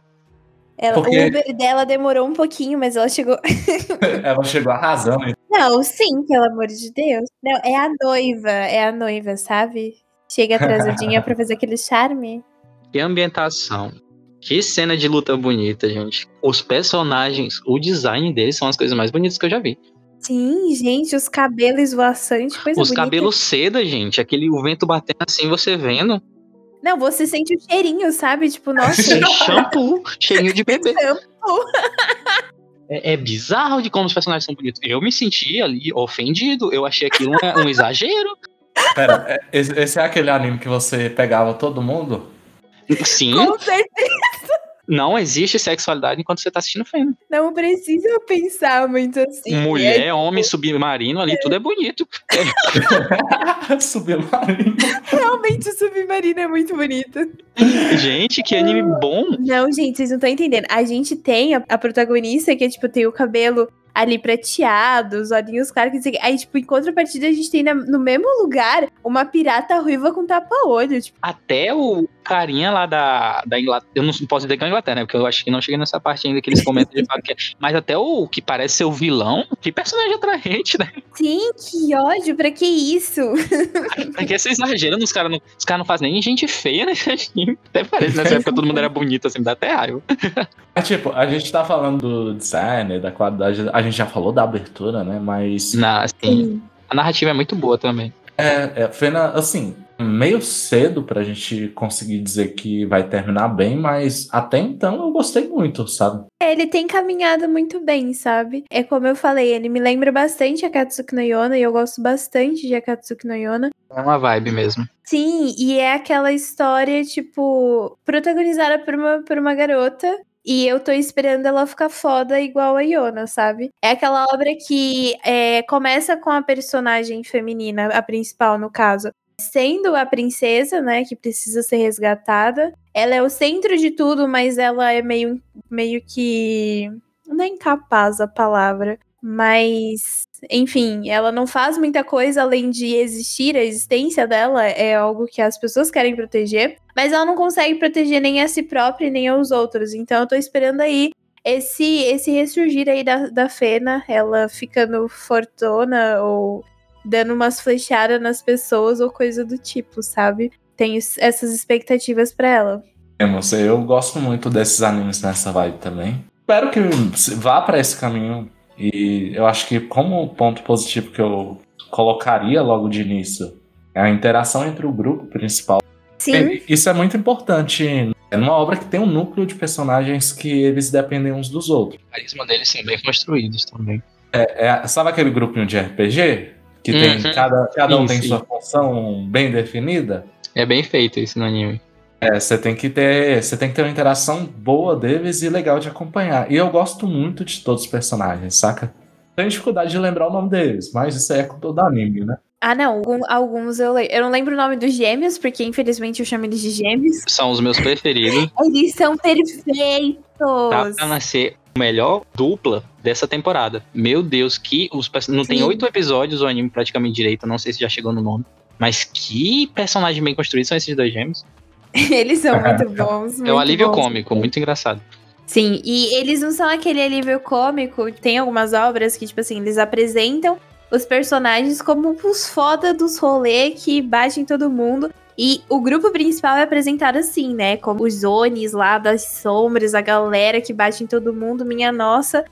O Uber dela demorou um pouquinho, mas ela chegou... Ela chegou arrasando. Não, sim, pelo amor de Deus. Não, é a noiva, sabe? Chega atrasadinha pra fazer aquele charme. Que ambientação. Que cena de luta bonita, gente. Os personagens, o design deles são as coisas mais bonitas que eu já vi. Sim, gente, os cabelos esvoaçantes, coisa Os bonita. cabelos seda, gente. O vento batendo assim, você vendo. Não, você sente o cheirinho, sabe? Tipo, nossa. Shampoo, cheirinho de bebê. Shampoo. É bizarro de como os personagens são bonitos. Eu me senti ali ofendido. Eu achei aquilo um exagero. Pera, esse é aquele anime que você pegava todo mundo? Sim. Com certeza. Não existe sexualidade enquanto você tá assistindo Fena. Não precisa pensar muito assim. Mulher, homem, submarino ali, tudo é bonito. Submarino. Realmente o Submarino é muito bonito. Gente, que anime bom. Não, gente, vocês não estão entendendo. A gente tem a protagonista que, tipo, tem o cabelo ali prateado, os olhinhos claros, que aí, tipo, em contrapartida, a gente tem no mesmo lugar uma pirata ruiva com tapa-olho. Tipo. Até o carinha lá da Inglaterra, eu não posso dizer que é a Inglaterra, né? Porque eu acho que não cheguei nessa parte ainda que eles comentam de fato que é. Mas até o que parece ser o vilão, que personagem atraente, né? Sim, que ódio, pra que isso? Porque você exagera, os caras não fazem nem gente feia, né? Até parece, nessa época todo mundo era bonito, assim, dá até raiva. Mas, tipo, a gente tá falando do design, da qualidade, a gente já falou da abertura, né? Mas. Sim. A narrativa é muito boa também. Fena, assim, meio cedo pra gente conseguir dizer que vai terminar bem, mas até então eu gostei muito, sabe? Ele tem caminhado muito bem, sabe? É como eu falei, ele me lembra bastante Akatsuki no Yona, e eu gosto bastante de Akatsuki no Yona. É uma vibe mesmo. Sim, e é aquela história, tipo, protagonizada por uma garota. E eu tô esperando ela ficar foda igual a Yona, sabe? É aquela obra que começa com a personagem feminina, a principal no caso, sendo a princesa, né, que precisa ser resgatada. Ela é o centro de tudo, mas ela é meio que... Não é incapaz a palavra, mas... Enfim, ela não faz muita coisa além de existir, a existência dela é algo que as pessoas querem proteger, mas ela não consegue proteger nem a si própria e nem aos outros, então eu tô esperando aí esse ressurgir aí da Fena, ela ficando fortuna ou dando umas flechadas nas pessoas ou coisa do tipo, sabe? Tenho essas expectativas pra ela. Eu gosto muito desses animes nessa vibe também. Espero que vá pra esse caminho. E eu acho que como ponto positivo que eu colocaria logo de início é a interação entre o grupo principal. Sim. Isso é muito importante. É numa obra que tem um núcleo de personagens que eles dependem uns dos outros. O carisma deles são bem construídos também. Sabe aquele grupinho de RPG? Que tem cada um tem sua função bem definida? É bem feito isso no anime. Você tem que ter uma interação boa deles e legal de acompanhar. E eu gosto muito de todos os personagens, saca? Tenho dificuldade de lembrar o nome deles, mas isso aí é com todo anime, né? Ah, não. Alguns eu não lembro o nome dos gêmeos, porque infelizmente eu chamo eles de gêmeos. São os meus preferidos. Eles são perfeitos! Tá pra nascer a melhor dupla dessa temporada. Meu Deus, não tem 8 episódios o anime praticamente direito, não sei se já chegou no nome. Mas que personagem bem construído são esses dois gêmeos. Eles são muito bons. É um alívio cômico, muito engraçado. Sim, e eles não são aquele alívio cômico. Tem algumas obras que, tipo assim, eles apresentam os personagens como os foda dos rolês que batem em todo mundo. E o grupo principal é apresentado assim, né? Como os Onis lá das sombras, a galera que bate em todo mundo, minha nossa.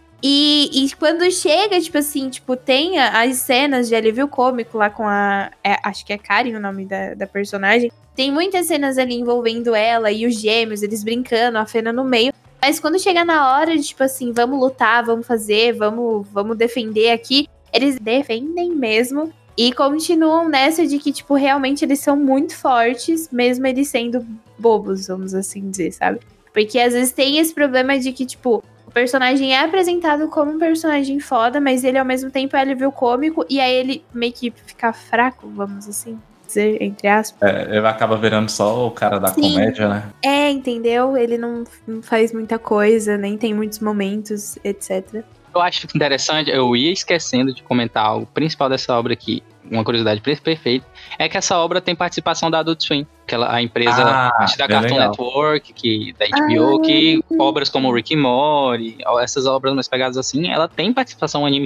E quando chega, tipo assim, tem as cenas de alívio cômico lá com acho que é Karen o nome da personagem. Tem muitas cenas ali envolvendo ela e os gêmeos, eles brincando, a Fena no meio. Mas quando chega na hora de, tipo assim, vamos lutar, vamos fazer, vamos defender aqui, eles defendem mesmo e continuam nessa de que, tipo, realmente eles são muito fortes, mesmo eles sendo bobos, vamos assim dizer, sabe? Porque às vezes tem esse problema de que, tipo, o personagem é apresentado como um personagem foda, mas ele ao mesmo tempo é alívio cômico, e aí ele meio que fica fraco, vamos assim dizer, entre aspas. Ele acaba virando só o cara da comédia, né? Entendeu? Ele não faz muita coisa, nem tem muitos momentos, etc. Eu acho interessante, eu ia esquecendo de comentar algo principal dessa obra aqui, uma curiosidade perfeita, é que essa obra tem participação da Adult Swim, a empresa da Cartoon Network, da HBO, que obras como Rick and Morty, essas obras mais pegadas assim, ela tem participação, o anime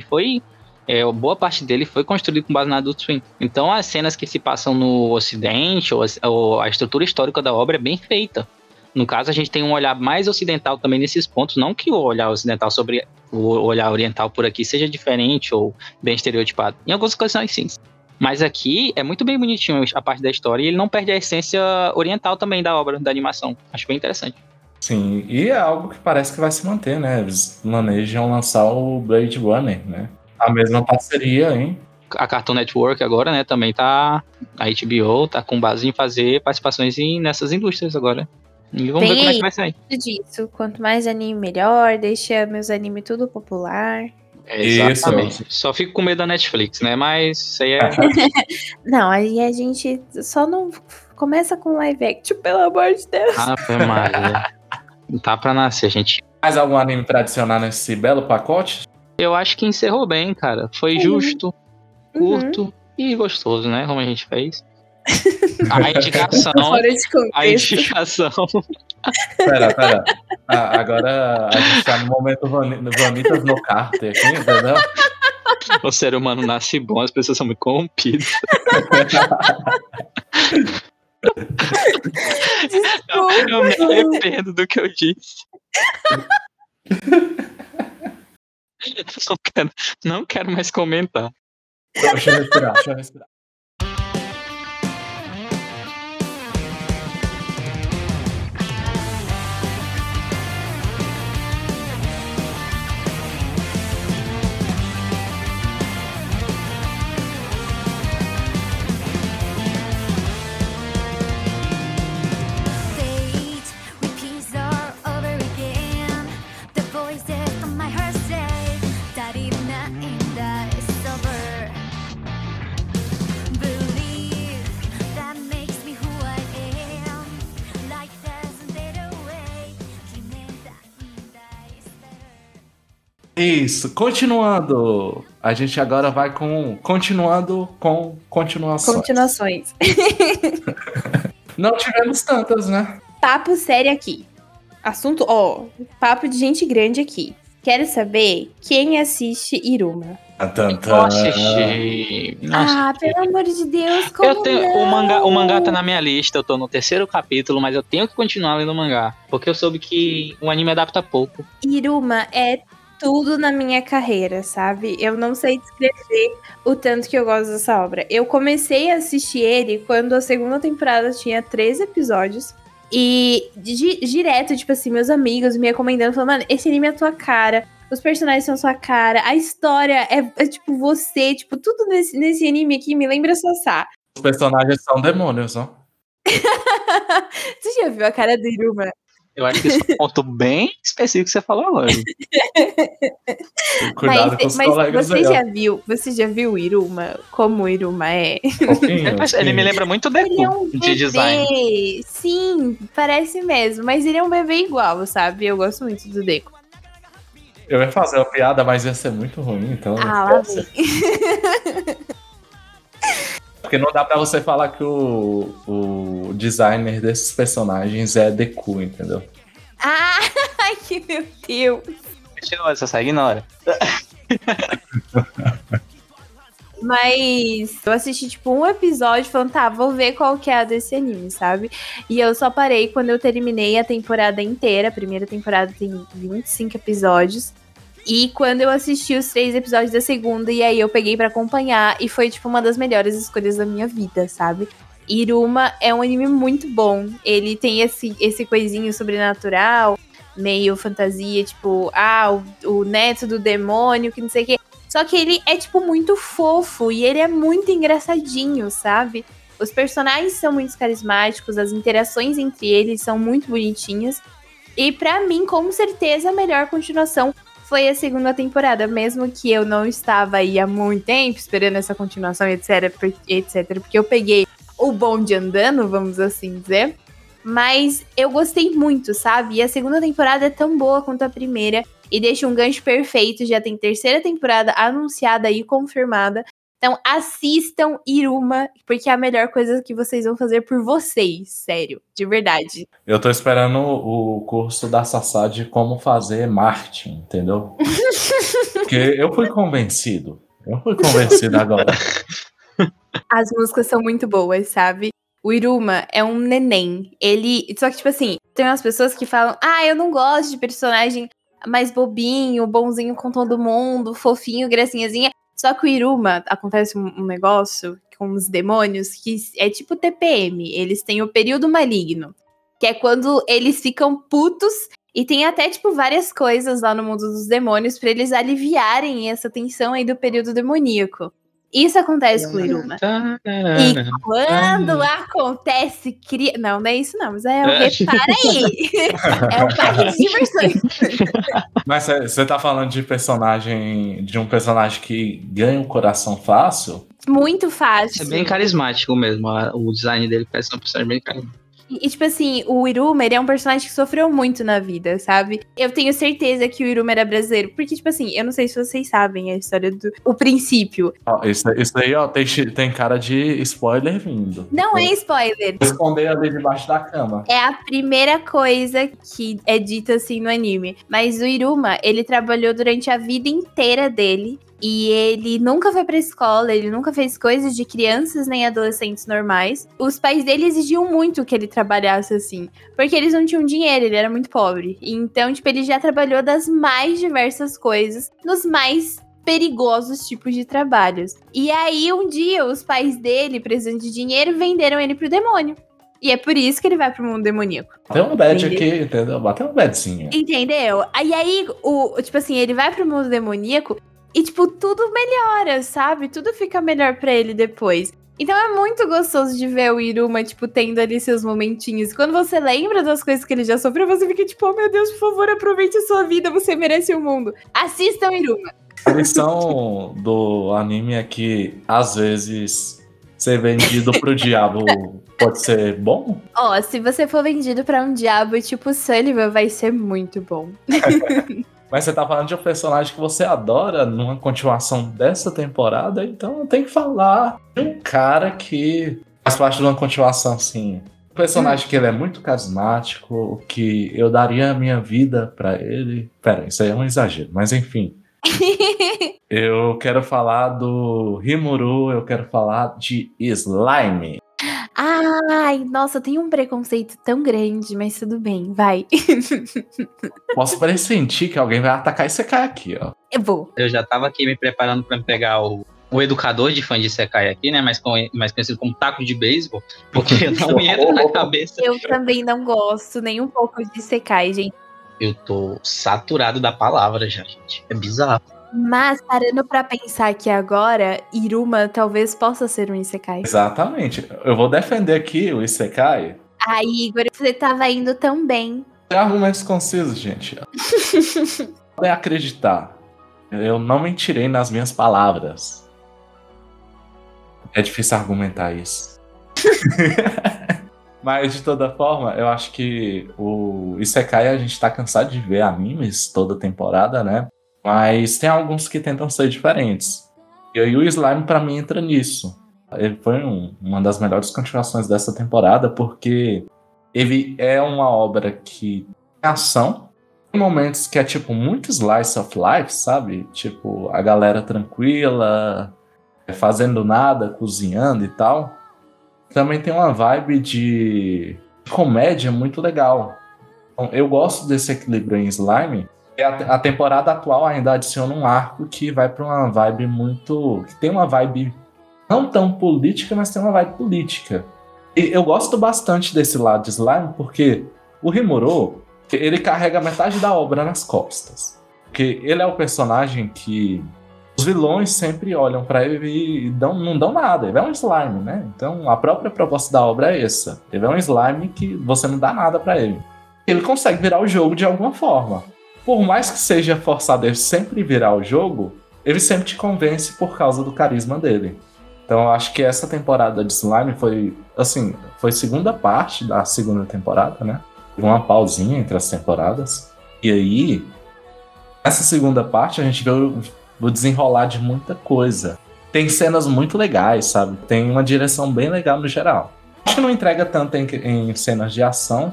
boa parte dele foi construído com base na Adult Swim. Então as cenas que se passam no Ocidente, ou a estrutura histórica da obra é bem feita. No caso, a gente tem um olhar mais ocidental também nesses pontos, não que o olhar ocidental sobre o olhar oriental por aqui seja diferente ou bem estereotipado. Em algumas ocasiões, sim. Mas aqui é muito bem bonitinho a parte da história e ele não perde a essência oriental também da obra, da animação. Acho bem interessante. Sim, e é algo que parece que vai se manter, né? Eles planejam lançar o Blade Runner, né? A mesma parceria, hein? A Cartoon Network agora, né, também tá... A HBO tá com base em fazer participações nessas indústrias agora. E vamos ver como é que vai sair. Disso. Quanto mais anime, melhor. Deixa meus animes tudo popular. Exatamente. Isso. Só fico com medo da Netflix, né? Mas isso aí é... Não, aí a gente só não começa com live action, pelo amor de Deus. Ave Maria. Não tá pra nascer, gente. Mais algum anime pra adicionar nesse belo pacote? Eu acho que encerrou bem, cara. Foi justo, curto e gostoso, né? Como a gente fez. A indicação. A indicação. Pera. Agora a gente tá no momento Vanitas no Carter aqui, entendeu? O ser humano nasce bom, as pessoas são muito corrompidas. Eu me arrependo do que eu disse. Não quero mais comentar. Deixa eu respirar. Isso, continuando. A gente agora vai continuando com continuações. Não tivemos tantas, né? Papo sério aqui. Assunto, papo de gente grande aqui. Quero saber quem assiste Iruma. Eu assisti. Pelo amor de Deus, como eu tenho, não? O mangá tá na minha lista, eu tô no 3º capítulo, mas eu tenho que continuar lendo o mangá. Porque eu soube que o anime adapta pouco. Iruma é tudo na minha carreira, sabe? Eu não sei descrever o tanto que eu gosto dessa obra. Eu comecei a assistir ele quando a 2ª temporada tinha 13 episódios. E direto, tipo assim, meus amigos me recomendando, falando, mano, esse anime é a tua cara, os personagens são a sua cara, a história é tipo você, tipo, tudo nesse anime aqui me lembra Sassá. Os personagens são demônios, ó. Você já viu a cara do Iruma? Eu acho que isso é um ponto bem específico que você falou agora. Cuidado com os colegas aí, você já viu o Iruma? Como o Iruma é? Ele me lembra muito Deku, ele é um de bebê. design. Sim, parece mesmo, mas ele é um bebê igual, sabe? Eu gosto muito do Deku. Eu ia fazer uma piada, mas ia ser muito ruim, então... Lá vem. Porque não dá pra você falar que o designer desses personagens é Deku, entendeu? Ai, que meu Deus. Continua, você ignora. Mas eu assisti, tipo, um episódio falando, tá, vou ver qual que é a desse anime, sabe? E eu só parei quando eu terminei a temporada inteira. A primeira temporada tem 25 episódios. E quando eu assisti os 3 episódios da segunda, e aí eu peguei pra acompanhar, e foi, tipo, uma das melhores escolhas da minha vida, sabe? Iruma é um anime muito bom. Ele tem esse coisinho sobrenatural, meio fantasia, tipo, o neto do demônio, que não sei o quê. Só que ele é, tipo, muito fofo, e ele é muito engraçadinho, sabe? Os personagens são muito carismáticos, as interações entre eles são muito bonitinhas. E pra mim, com certeza, a melhor continuação foi a 2ª temporada, mesmo que eu não estava aí há muito tempo esperando essa continuação, etc, porque eu peguei o bonde andando, vamos assim dizer. Mas eu gostei muito, sabe? E a 2ª temporada é tão boa quanto a primeira e deixa um gancho perfeito. Já tem 3ª temporada anunciada e confirmada. Então assistam Iruma, porque é a melhor coisa que vocês vão fazer por vocês, sério, de verdade. Eu tô esperando o curso da Sassá de como fazer marketing, entendeu? Porque eu fui convencido agora. As músicas são muito boas, sabe? O Iruma é um neném. Só que, tipo assim, tem umas pessoas que falam, eu não gosto de personagem mais bobinho, bonzinho com todo mundo, fofinho, gracinhazinha. Só que o Iruma, acontece um negócio com os demônios que é tipo TPM. Eles têm o período maligno, que é quando eles ficam putos e tem até, tipo, várias coisas lá no mundo dos demônios pra eles aliviarem essa tensão aí do período demoníaco. Isso acontece com o Iruma. E quando acontece... Não é isso não, mas repara aí. É um parque de diversões. Mas você tá falando de um personagem que ganha o coração fácil? Muito fácil. É bem carismático mesmo, o design dele parece um personagem bem carismático. E, tipo assim, o Iruma, ele é um personagem que sofreu muito na vida, sabe? Eu tenho certeza que o Iruma era brasileiro. Porque, tipo assim, eu não sei se vocês sabem a história o princípio. Isso aí, ó, tem cara de spoiler vindo. Não é spoiler. Vou esconder ali debaixo da cama. É a primeira coisa que é dita, assim, no anime. Mas o Iruma, ele trabalhou durante a vida inteira dele. E ele nunca foi pra escola, ele nunca fez coisas de crianças nem adolescentes normais. Os pais dele exigiam muito que ele trabalhasse assim, porque eles não tinham dinheiro, ele era muito pobre. Então, tipo, ele já trabalhou das mais diversas coisas, nos mais perigosos tipos de trabalhos. E aí, um dia, os pais dele, precisando de dinheiro, venderam ele pro demônio. E é por isso que ele vai pro mundo demoníaco. Tem um bad aqui, entendeu? Bateu um badzinho. Entendeu? E aí, tipo assim, ele vai pro mundo demoníaco e, tipo, tudo melhora, sabe? Tudo fica melhor pra ele depois. Então é muito gostoso de ver o Iruma, tipo, tendo ali seus momentinhos. Quando você lembra das coisas que ele já sofreu, você fica tipo, oh meu Deus, por favor, aproveite a sua vida, você merece o mundo. Assistam Iruma. A lição do anime é que, às vezes, ser vendido pro diabo pode ser bom? Ó, se você for vendido pra um diabo tipo Sullivan, vai ser muito bom. Mas você tá falando de um personagem que você adora numa continuação dessa temporada, então tem que falar de um cara que faz parte de uma continuação, assim, Um personagem que ele é muito carismático, que eu daria a minha vida pra ele. Pera, isso aí é um exagero, mas enfim. Eu quero falar do Rimuru, eu quero falar de Slime. Ai, nossa, eu tenho um preconceito tão grande, mas tudo bem, vai. Posso pressentir que alguém vai atacar Isekai aqui, ó. Eu vou. Eu já tava aqui me preparando pra pegar o educador de fã de Isekai aqui, né? Mais conhecido como taco de beisebol, porque não me entra na cabeça. Eu também não gosto nem um pouco de Isekai, gente. Eu tô saturado da palavra já, gente. É bizarro. Mas, parando pra pensar aqui agora, Iruma talvez possa ser um Isekai. Exatamente. Eu vou defender aqui o Isekai. Ai, Igor, você tava indo tão bem. Tem argumentos concisos, gente. Podem acreditar. Eu não mentirei nas minhas palavras. É difícil argumentar isso. Mas, de toda forma, eu acho que o Isekai a gente tá cansado de ver animes toda temporada, né? Mas tem alguns que tentam ser diferentes. E aí o Slime, pra mim, entra nisso. Ele foi uma das melhores continuações dessa temporada, porque ele é uma obra que tem ação. Tem momentos que é, tipo, muito slice of life, sabe? Tipo, a galera tranquila, fazendo nada, cozinhando e tal. Também tem uma vibe de comédia muito legal. Então, eu gosto desse equilíbrio em Slime. E a temporada atual ainda adiciona um arco que vai pra uma vibe muito... que tem uma vibe não tão política, mas tem uma vibe política. E eu gosto bastante desse lado de Slime, porque o Rimuru, ele carrega metade da obra nas costas. Porque ele é o personagem que os vilões sempre olham pra ele e não dão nada. Ele é um slime, né? Então a própria proposta da obra é essa. Ele é um slime que você não dá nada pra ele. Ele consegue virar o jogo de alguma forma. Por mais que seja forçado ele sempre virar o jogo, ele sempre te convence por causa do carisma dele. Então eu acho que essa temporada de Slime foi, assim, foi segunda parte da segunda temporada, né? Uma pausinha entre as temporadas. E aí, nessa segunda parte, a gente vê o desenrolar de muita coisa. Tem cenas muito legais, sabe? Tem uma direção bem legal no geral. Acho que não entrega tanto em cenas de ação,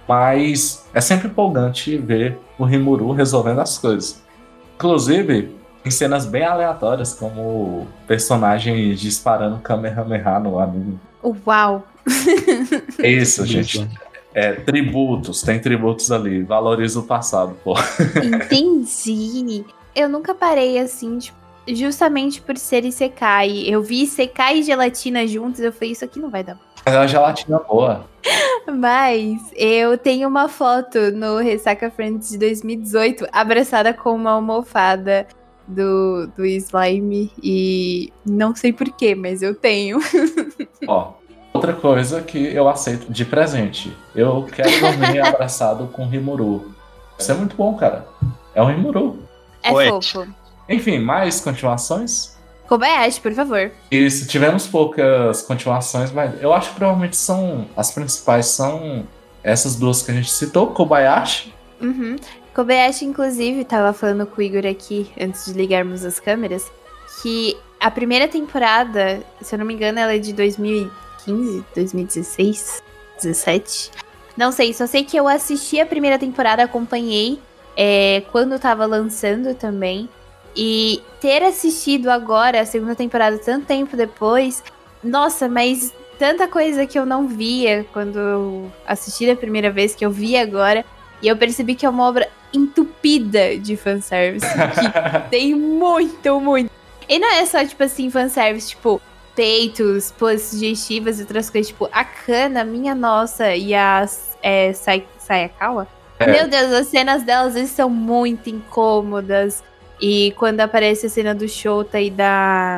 mas é sempre empolgante ver o Rimuru resolvendo as coisas. Inclusive, tem cenas bem aleatórias, como personagens disparando Kamehameha no anime. Uau! É isso, gente. Tributos, tem tributos ali. Valoriza o passado, pô. Entendi. Eu nunca parei assim, tipo, justamente por ser Isekai. Eu vi Isekai e gelatina juntos, eu falei, isso aqui não vai dar. Mas é uma gelatina boa. Mas eu tenho uma foto no Ressaca Friends de 2018 abraçada com uma almofada do Slime e não sei porquê, mas eu tenho. Ó, outra coisa que eu aceito de presente. Eu quero dormir abraçado com o Rimuru. Isso é muito bom, cara. É um Rimuru. É Poético. fofo. Enfim, mais continuações? Kobayashi, por favor. Isso, tivemos poucas continuações, mas eu acho que provavelmente as principais são essas duas que a gente citou, Kobayashi. Uhum. Kobayashi, inclusive, tava falando com o Igor aqui, antes de ligarmos as câmeras, que a primeira temporada, se eu não me engano, ela é de 2015, 2016, 17. Não sei, só sei que eu assisti a primeira temporada, acompanhei quando tava lançando também. E ter assistido agora a segunda temporada tanto tempo depois, nossa, mas tanta coisa que eu não via quando eu assisti da primeira vez, que eu vi agora. E eu percebi que é uma obra entupida de fanservice, que tem muito, muito. E não é só, tipo assim, fanservice, tipo, peitos, poses sugestivas e outras coisas, tipo, a Kana, minha nossa, e a Sayakawa. Meu Deus, as cenas delas às vezes são muito incômodas. E quando aparece a cena do Shota e da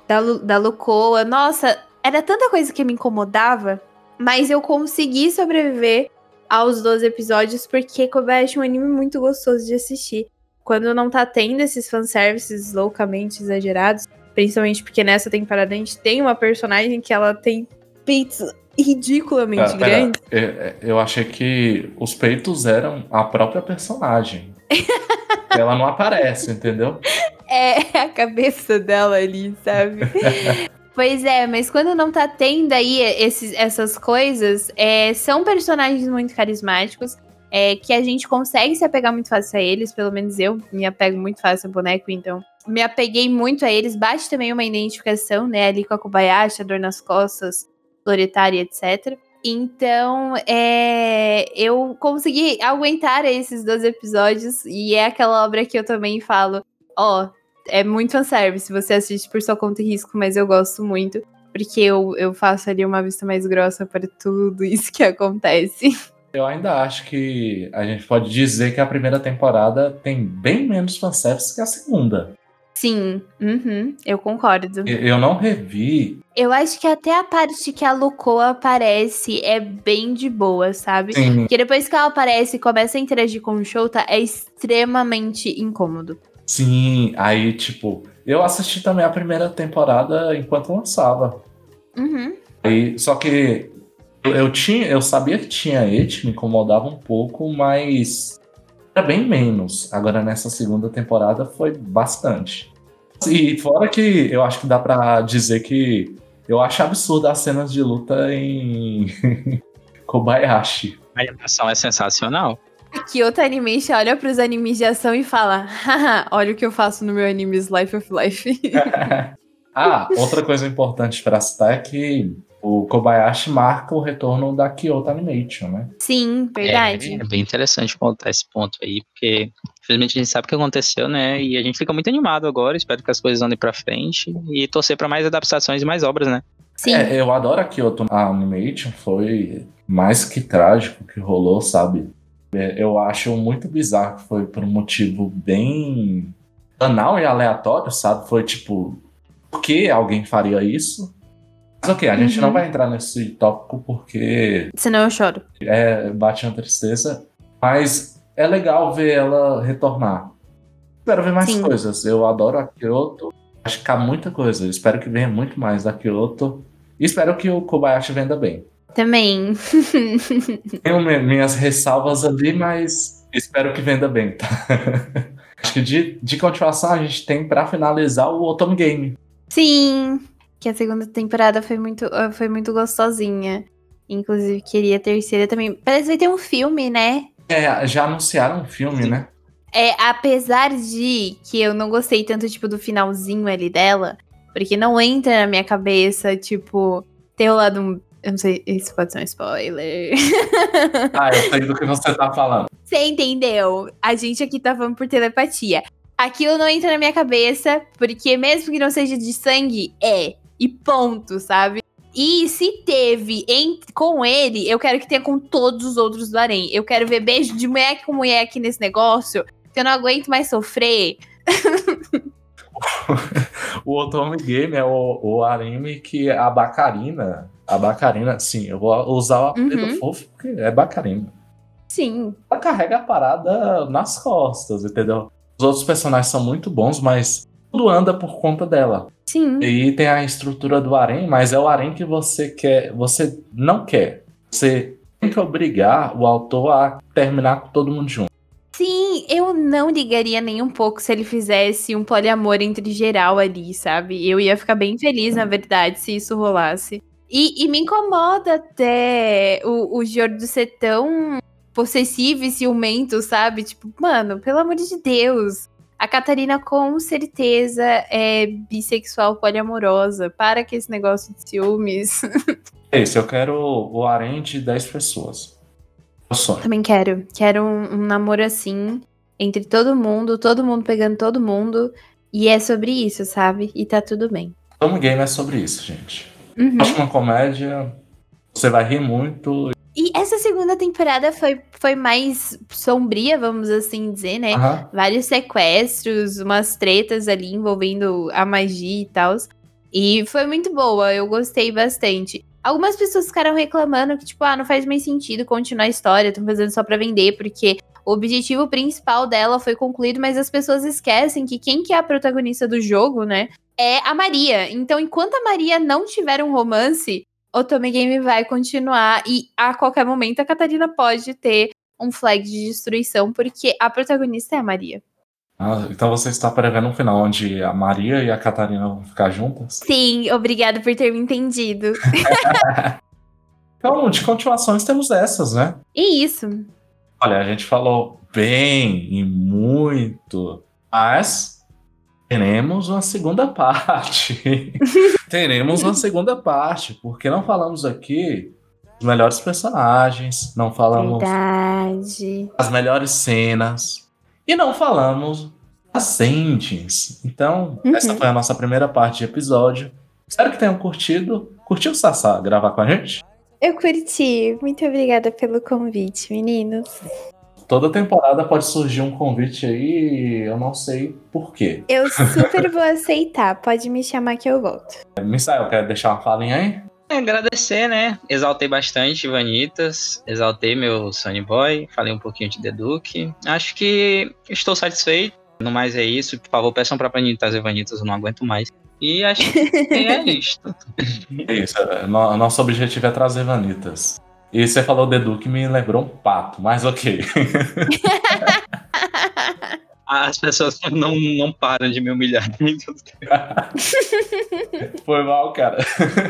Lukoa, nossa, era tanta coisa que me incomodava, mas eu consegui sobreviver aos 12 episódios, porque Kobayashi é um anime muito gostoso de assistir. Quando não tá tendo esses fanservices loucamente exagerados, principalmente porque nessa temporada a gente tem uma personagem que ela tem peitos ridiculamente grandes. Eu achei que os peitos eram a própria personagem. Ela não aparece, entendeu? É a cabeça dela ali, sabe? Pois é, mas quando não tá tendo aí essas coisas, são personagens muito carismáticos, que a gente consegue se apegar muito fácil a eles, pelo menos eu me apego muito fácil a boneco, então me apeguei muito a eles. Bate também uma identificação, né, ali com a Kobayashi, a dor nas costas, Floretária, etc. Então, eu consegui aguentar esses 12 episódios, e é aquela obra que eu também falo, é muito fanservice, você assiste por sua conta e risco, mas eu gosto muito, porque eu faço ali uma vista mais grossa para tudo isso que acontece. Eu ainda acho que a gente pode dizer que a primeira temporada tem bem menos fanservice que a segunda. Sim, eu concordo. Eu não revi. Eu acho que até a parte que a Lucoa aparece é bem de boa, sabe? Sim. Porque depois que ela aparece e começa a interagir com o Shouta, é extremamente incômodo. Sim, aí, tipo, eu assisti também a primeira temporada enquanto lançava. Aí, só que eu sabia que tinha et, me incomodava um pouco, mas era bem menos. Agora, nessa segunda temporada, foi bastante. E fora que eu acho que dá pra dizer que eu acho absurdo as cenas de luta em Kobayashi. A animação é sensacional. A Kyoto Animation olha pros animes de ação e fala: haha, olha o que eu faço no meu anime Life of Life. Outra coisa importante pra citar é que o Kobayashi marca o retorno da Kyoto Animation, né? Sim, verdade. É bem interessante contar esse ponto aí, porque infelizmente a gente sabe o que aconteceu, né? E a gente fica muito animado agora, espero que as coisas andem pra frente e torcer pra mais adaptações e mais obras, né? Sim. Eu adoro a Kyoto Animation, foi mais que trágico que rolou, sabe? Eu acho muito bizarro que foi por um motivo bem banal e aleatório, sabe? Foi tipo, por que alguém faria isso? Mas ok, a gente não vai entrar nesse tópico porque Senão eu choro. bate uma tristeza, mas é legal ver ela retornar. Espero ver mais coisas. Eu adoro a Kyoto, acho que há muita coisa. Espero que venha muito mais da Kyoto e espero que o Kobayashi venda bem. Também. Tenho minhas ressalvas ali, mas espero que venda bem, tá? Acho que de continuação a gente tem pra finalizar o Otome Game. Sim, que a segunda temporada foi muito gostosinha. Inclusive, queria a terceira também. Parece que vai ter um filme, né? Já anunciaram um filme, Sim. né? Apesar de que eu não gostei tanto, tipo, do finalzinho ali dela, porque não entra na minha cabeça, tipo, ter rolado um... Eu não sei, isso pode ser um spoiler. Eu sei do que você tá falando. Você entendeu? A gente aqui tá falando por telepatia. Aquilo não entra na minha cabeça, porque mesmo que não seja de sangue, e ponto, sabe? E se teve com ele, eu quero que tenha com todos os outros do harém. Eu quero ver beijo de mulher com mulher aqui nesse negócio, que eu não aguento mais sofrer. O Otome Game é o anime que a Bacarina, sim, eu vou usar o apelido fofo porque é Bacarina. Sim. Ela carrega a parada nas costas, entendeu? Os outros personagens são muito bons, mas tudo anda por conta dela. Sim. E tem a estrutura do harém, mas é o harém que você não quer. Você tem que obrigar o autor a terminar com todo mundo junto. Sim, eu não ligaria nem um pouco se ele fizesse um poliamor entre geral ali, sabe? Eu ia ficar bem feliz, na verdade, se isso rolasse. E me incomoda até o Giorgio ser tão possessivo e ciumento, sabe? Tipo, mano, pelo amor de Deus. A Catarina com certeza é bissexual poliamorosa. Para com esse negócio de ciúmes. Eu quero o harém de 10 pessoas. Eu sonho. Também quero. Quero um namoro assim, entre todo mundo pegando todo mundo. E é sobre isso, sabe? E tá tudo bem. Otome Game é sobre isso, gente. Acho que uma comédia, você vai rir muito. E essa segunda temporada foi mais sombria, vamos assim dizer, né? Vários sequestros, umas tretas ali envolvendo a magia e tal. E foi muito boa, eu gostei bastante. Algumas pessoas ficaram reclamando que, tipo, não faz mais sentido continuar a história, estão fazendo só pra vender, porque o objetivo principal dela foi concluído, mas as pessoas esquecem que quem que é a protagonista do jogo, né, é a Maria. Então, enquanto a Maria não tiver um romance, Otome Game vai continuar e a qualquer momento a Catarina pode ter um flag de destruição, porque a protagonista é a Maria. Então você está prevendo um final onde a Maria e a Catarina vão ficar juntas? Sim, obrigado por ter me entendido. Então, de continuações temos essas, né? E isso. Olha, a gente falou bem e muito, mas teremos uma segunda parte. Teremos uma segunda parte, porque não falamos aqui dos melhores personagens, não falamos Verdade. das melhores cenas e não falamos das endings. Então, essa foi a nossa primeira parte de episódio. Espero que tenham curtido. Curtiu, Sassá, gravar com a gente? Eu curti. Muito obrigada pelo convite, meninos. Toda temporada pode surgir um convite aí, eu não sei por quê. Eu super vou aceitar. Pode me chamar que eu volto. Misael, quer deixar uma falinha aí? Agradecer, né? Exaltei bastante Vanitas, exaltei meu Sonny Boy, falei um pouquinho de Deduk. Acho que estou satisfeito. No mais é isso. Por favor, peçam pra Vanitas e Vanitas, eu não aguento mais. E acho que é isto. É isso, nosso objetivo é trazer Vanitas. E você falou Deduk, me lembrou um pato, mas ok. As pessoas não param de me humilhar. Foi mal, cara.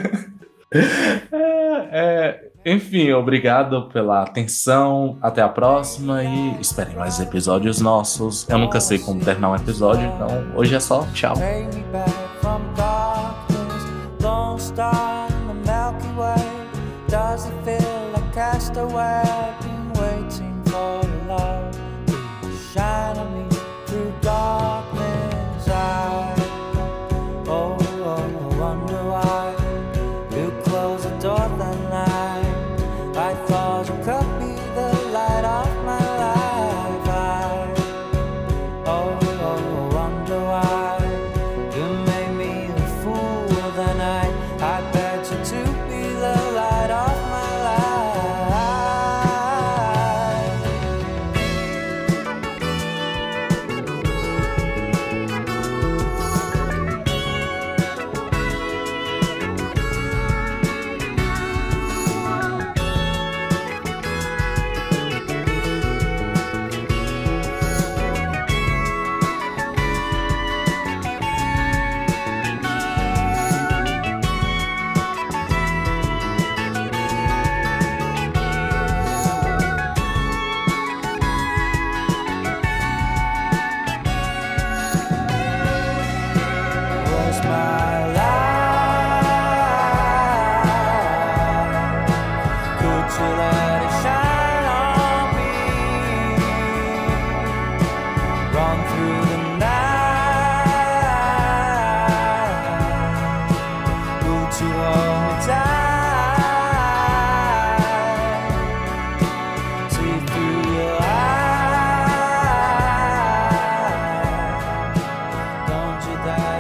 Enfim, obrigado pela atenção. Até a próxima e esperem mais episódios nossos. Eu nunca sei como terminar um episódio, então hoje é só tchau. That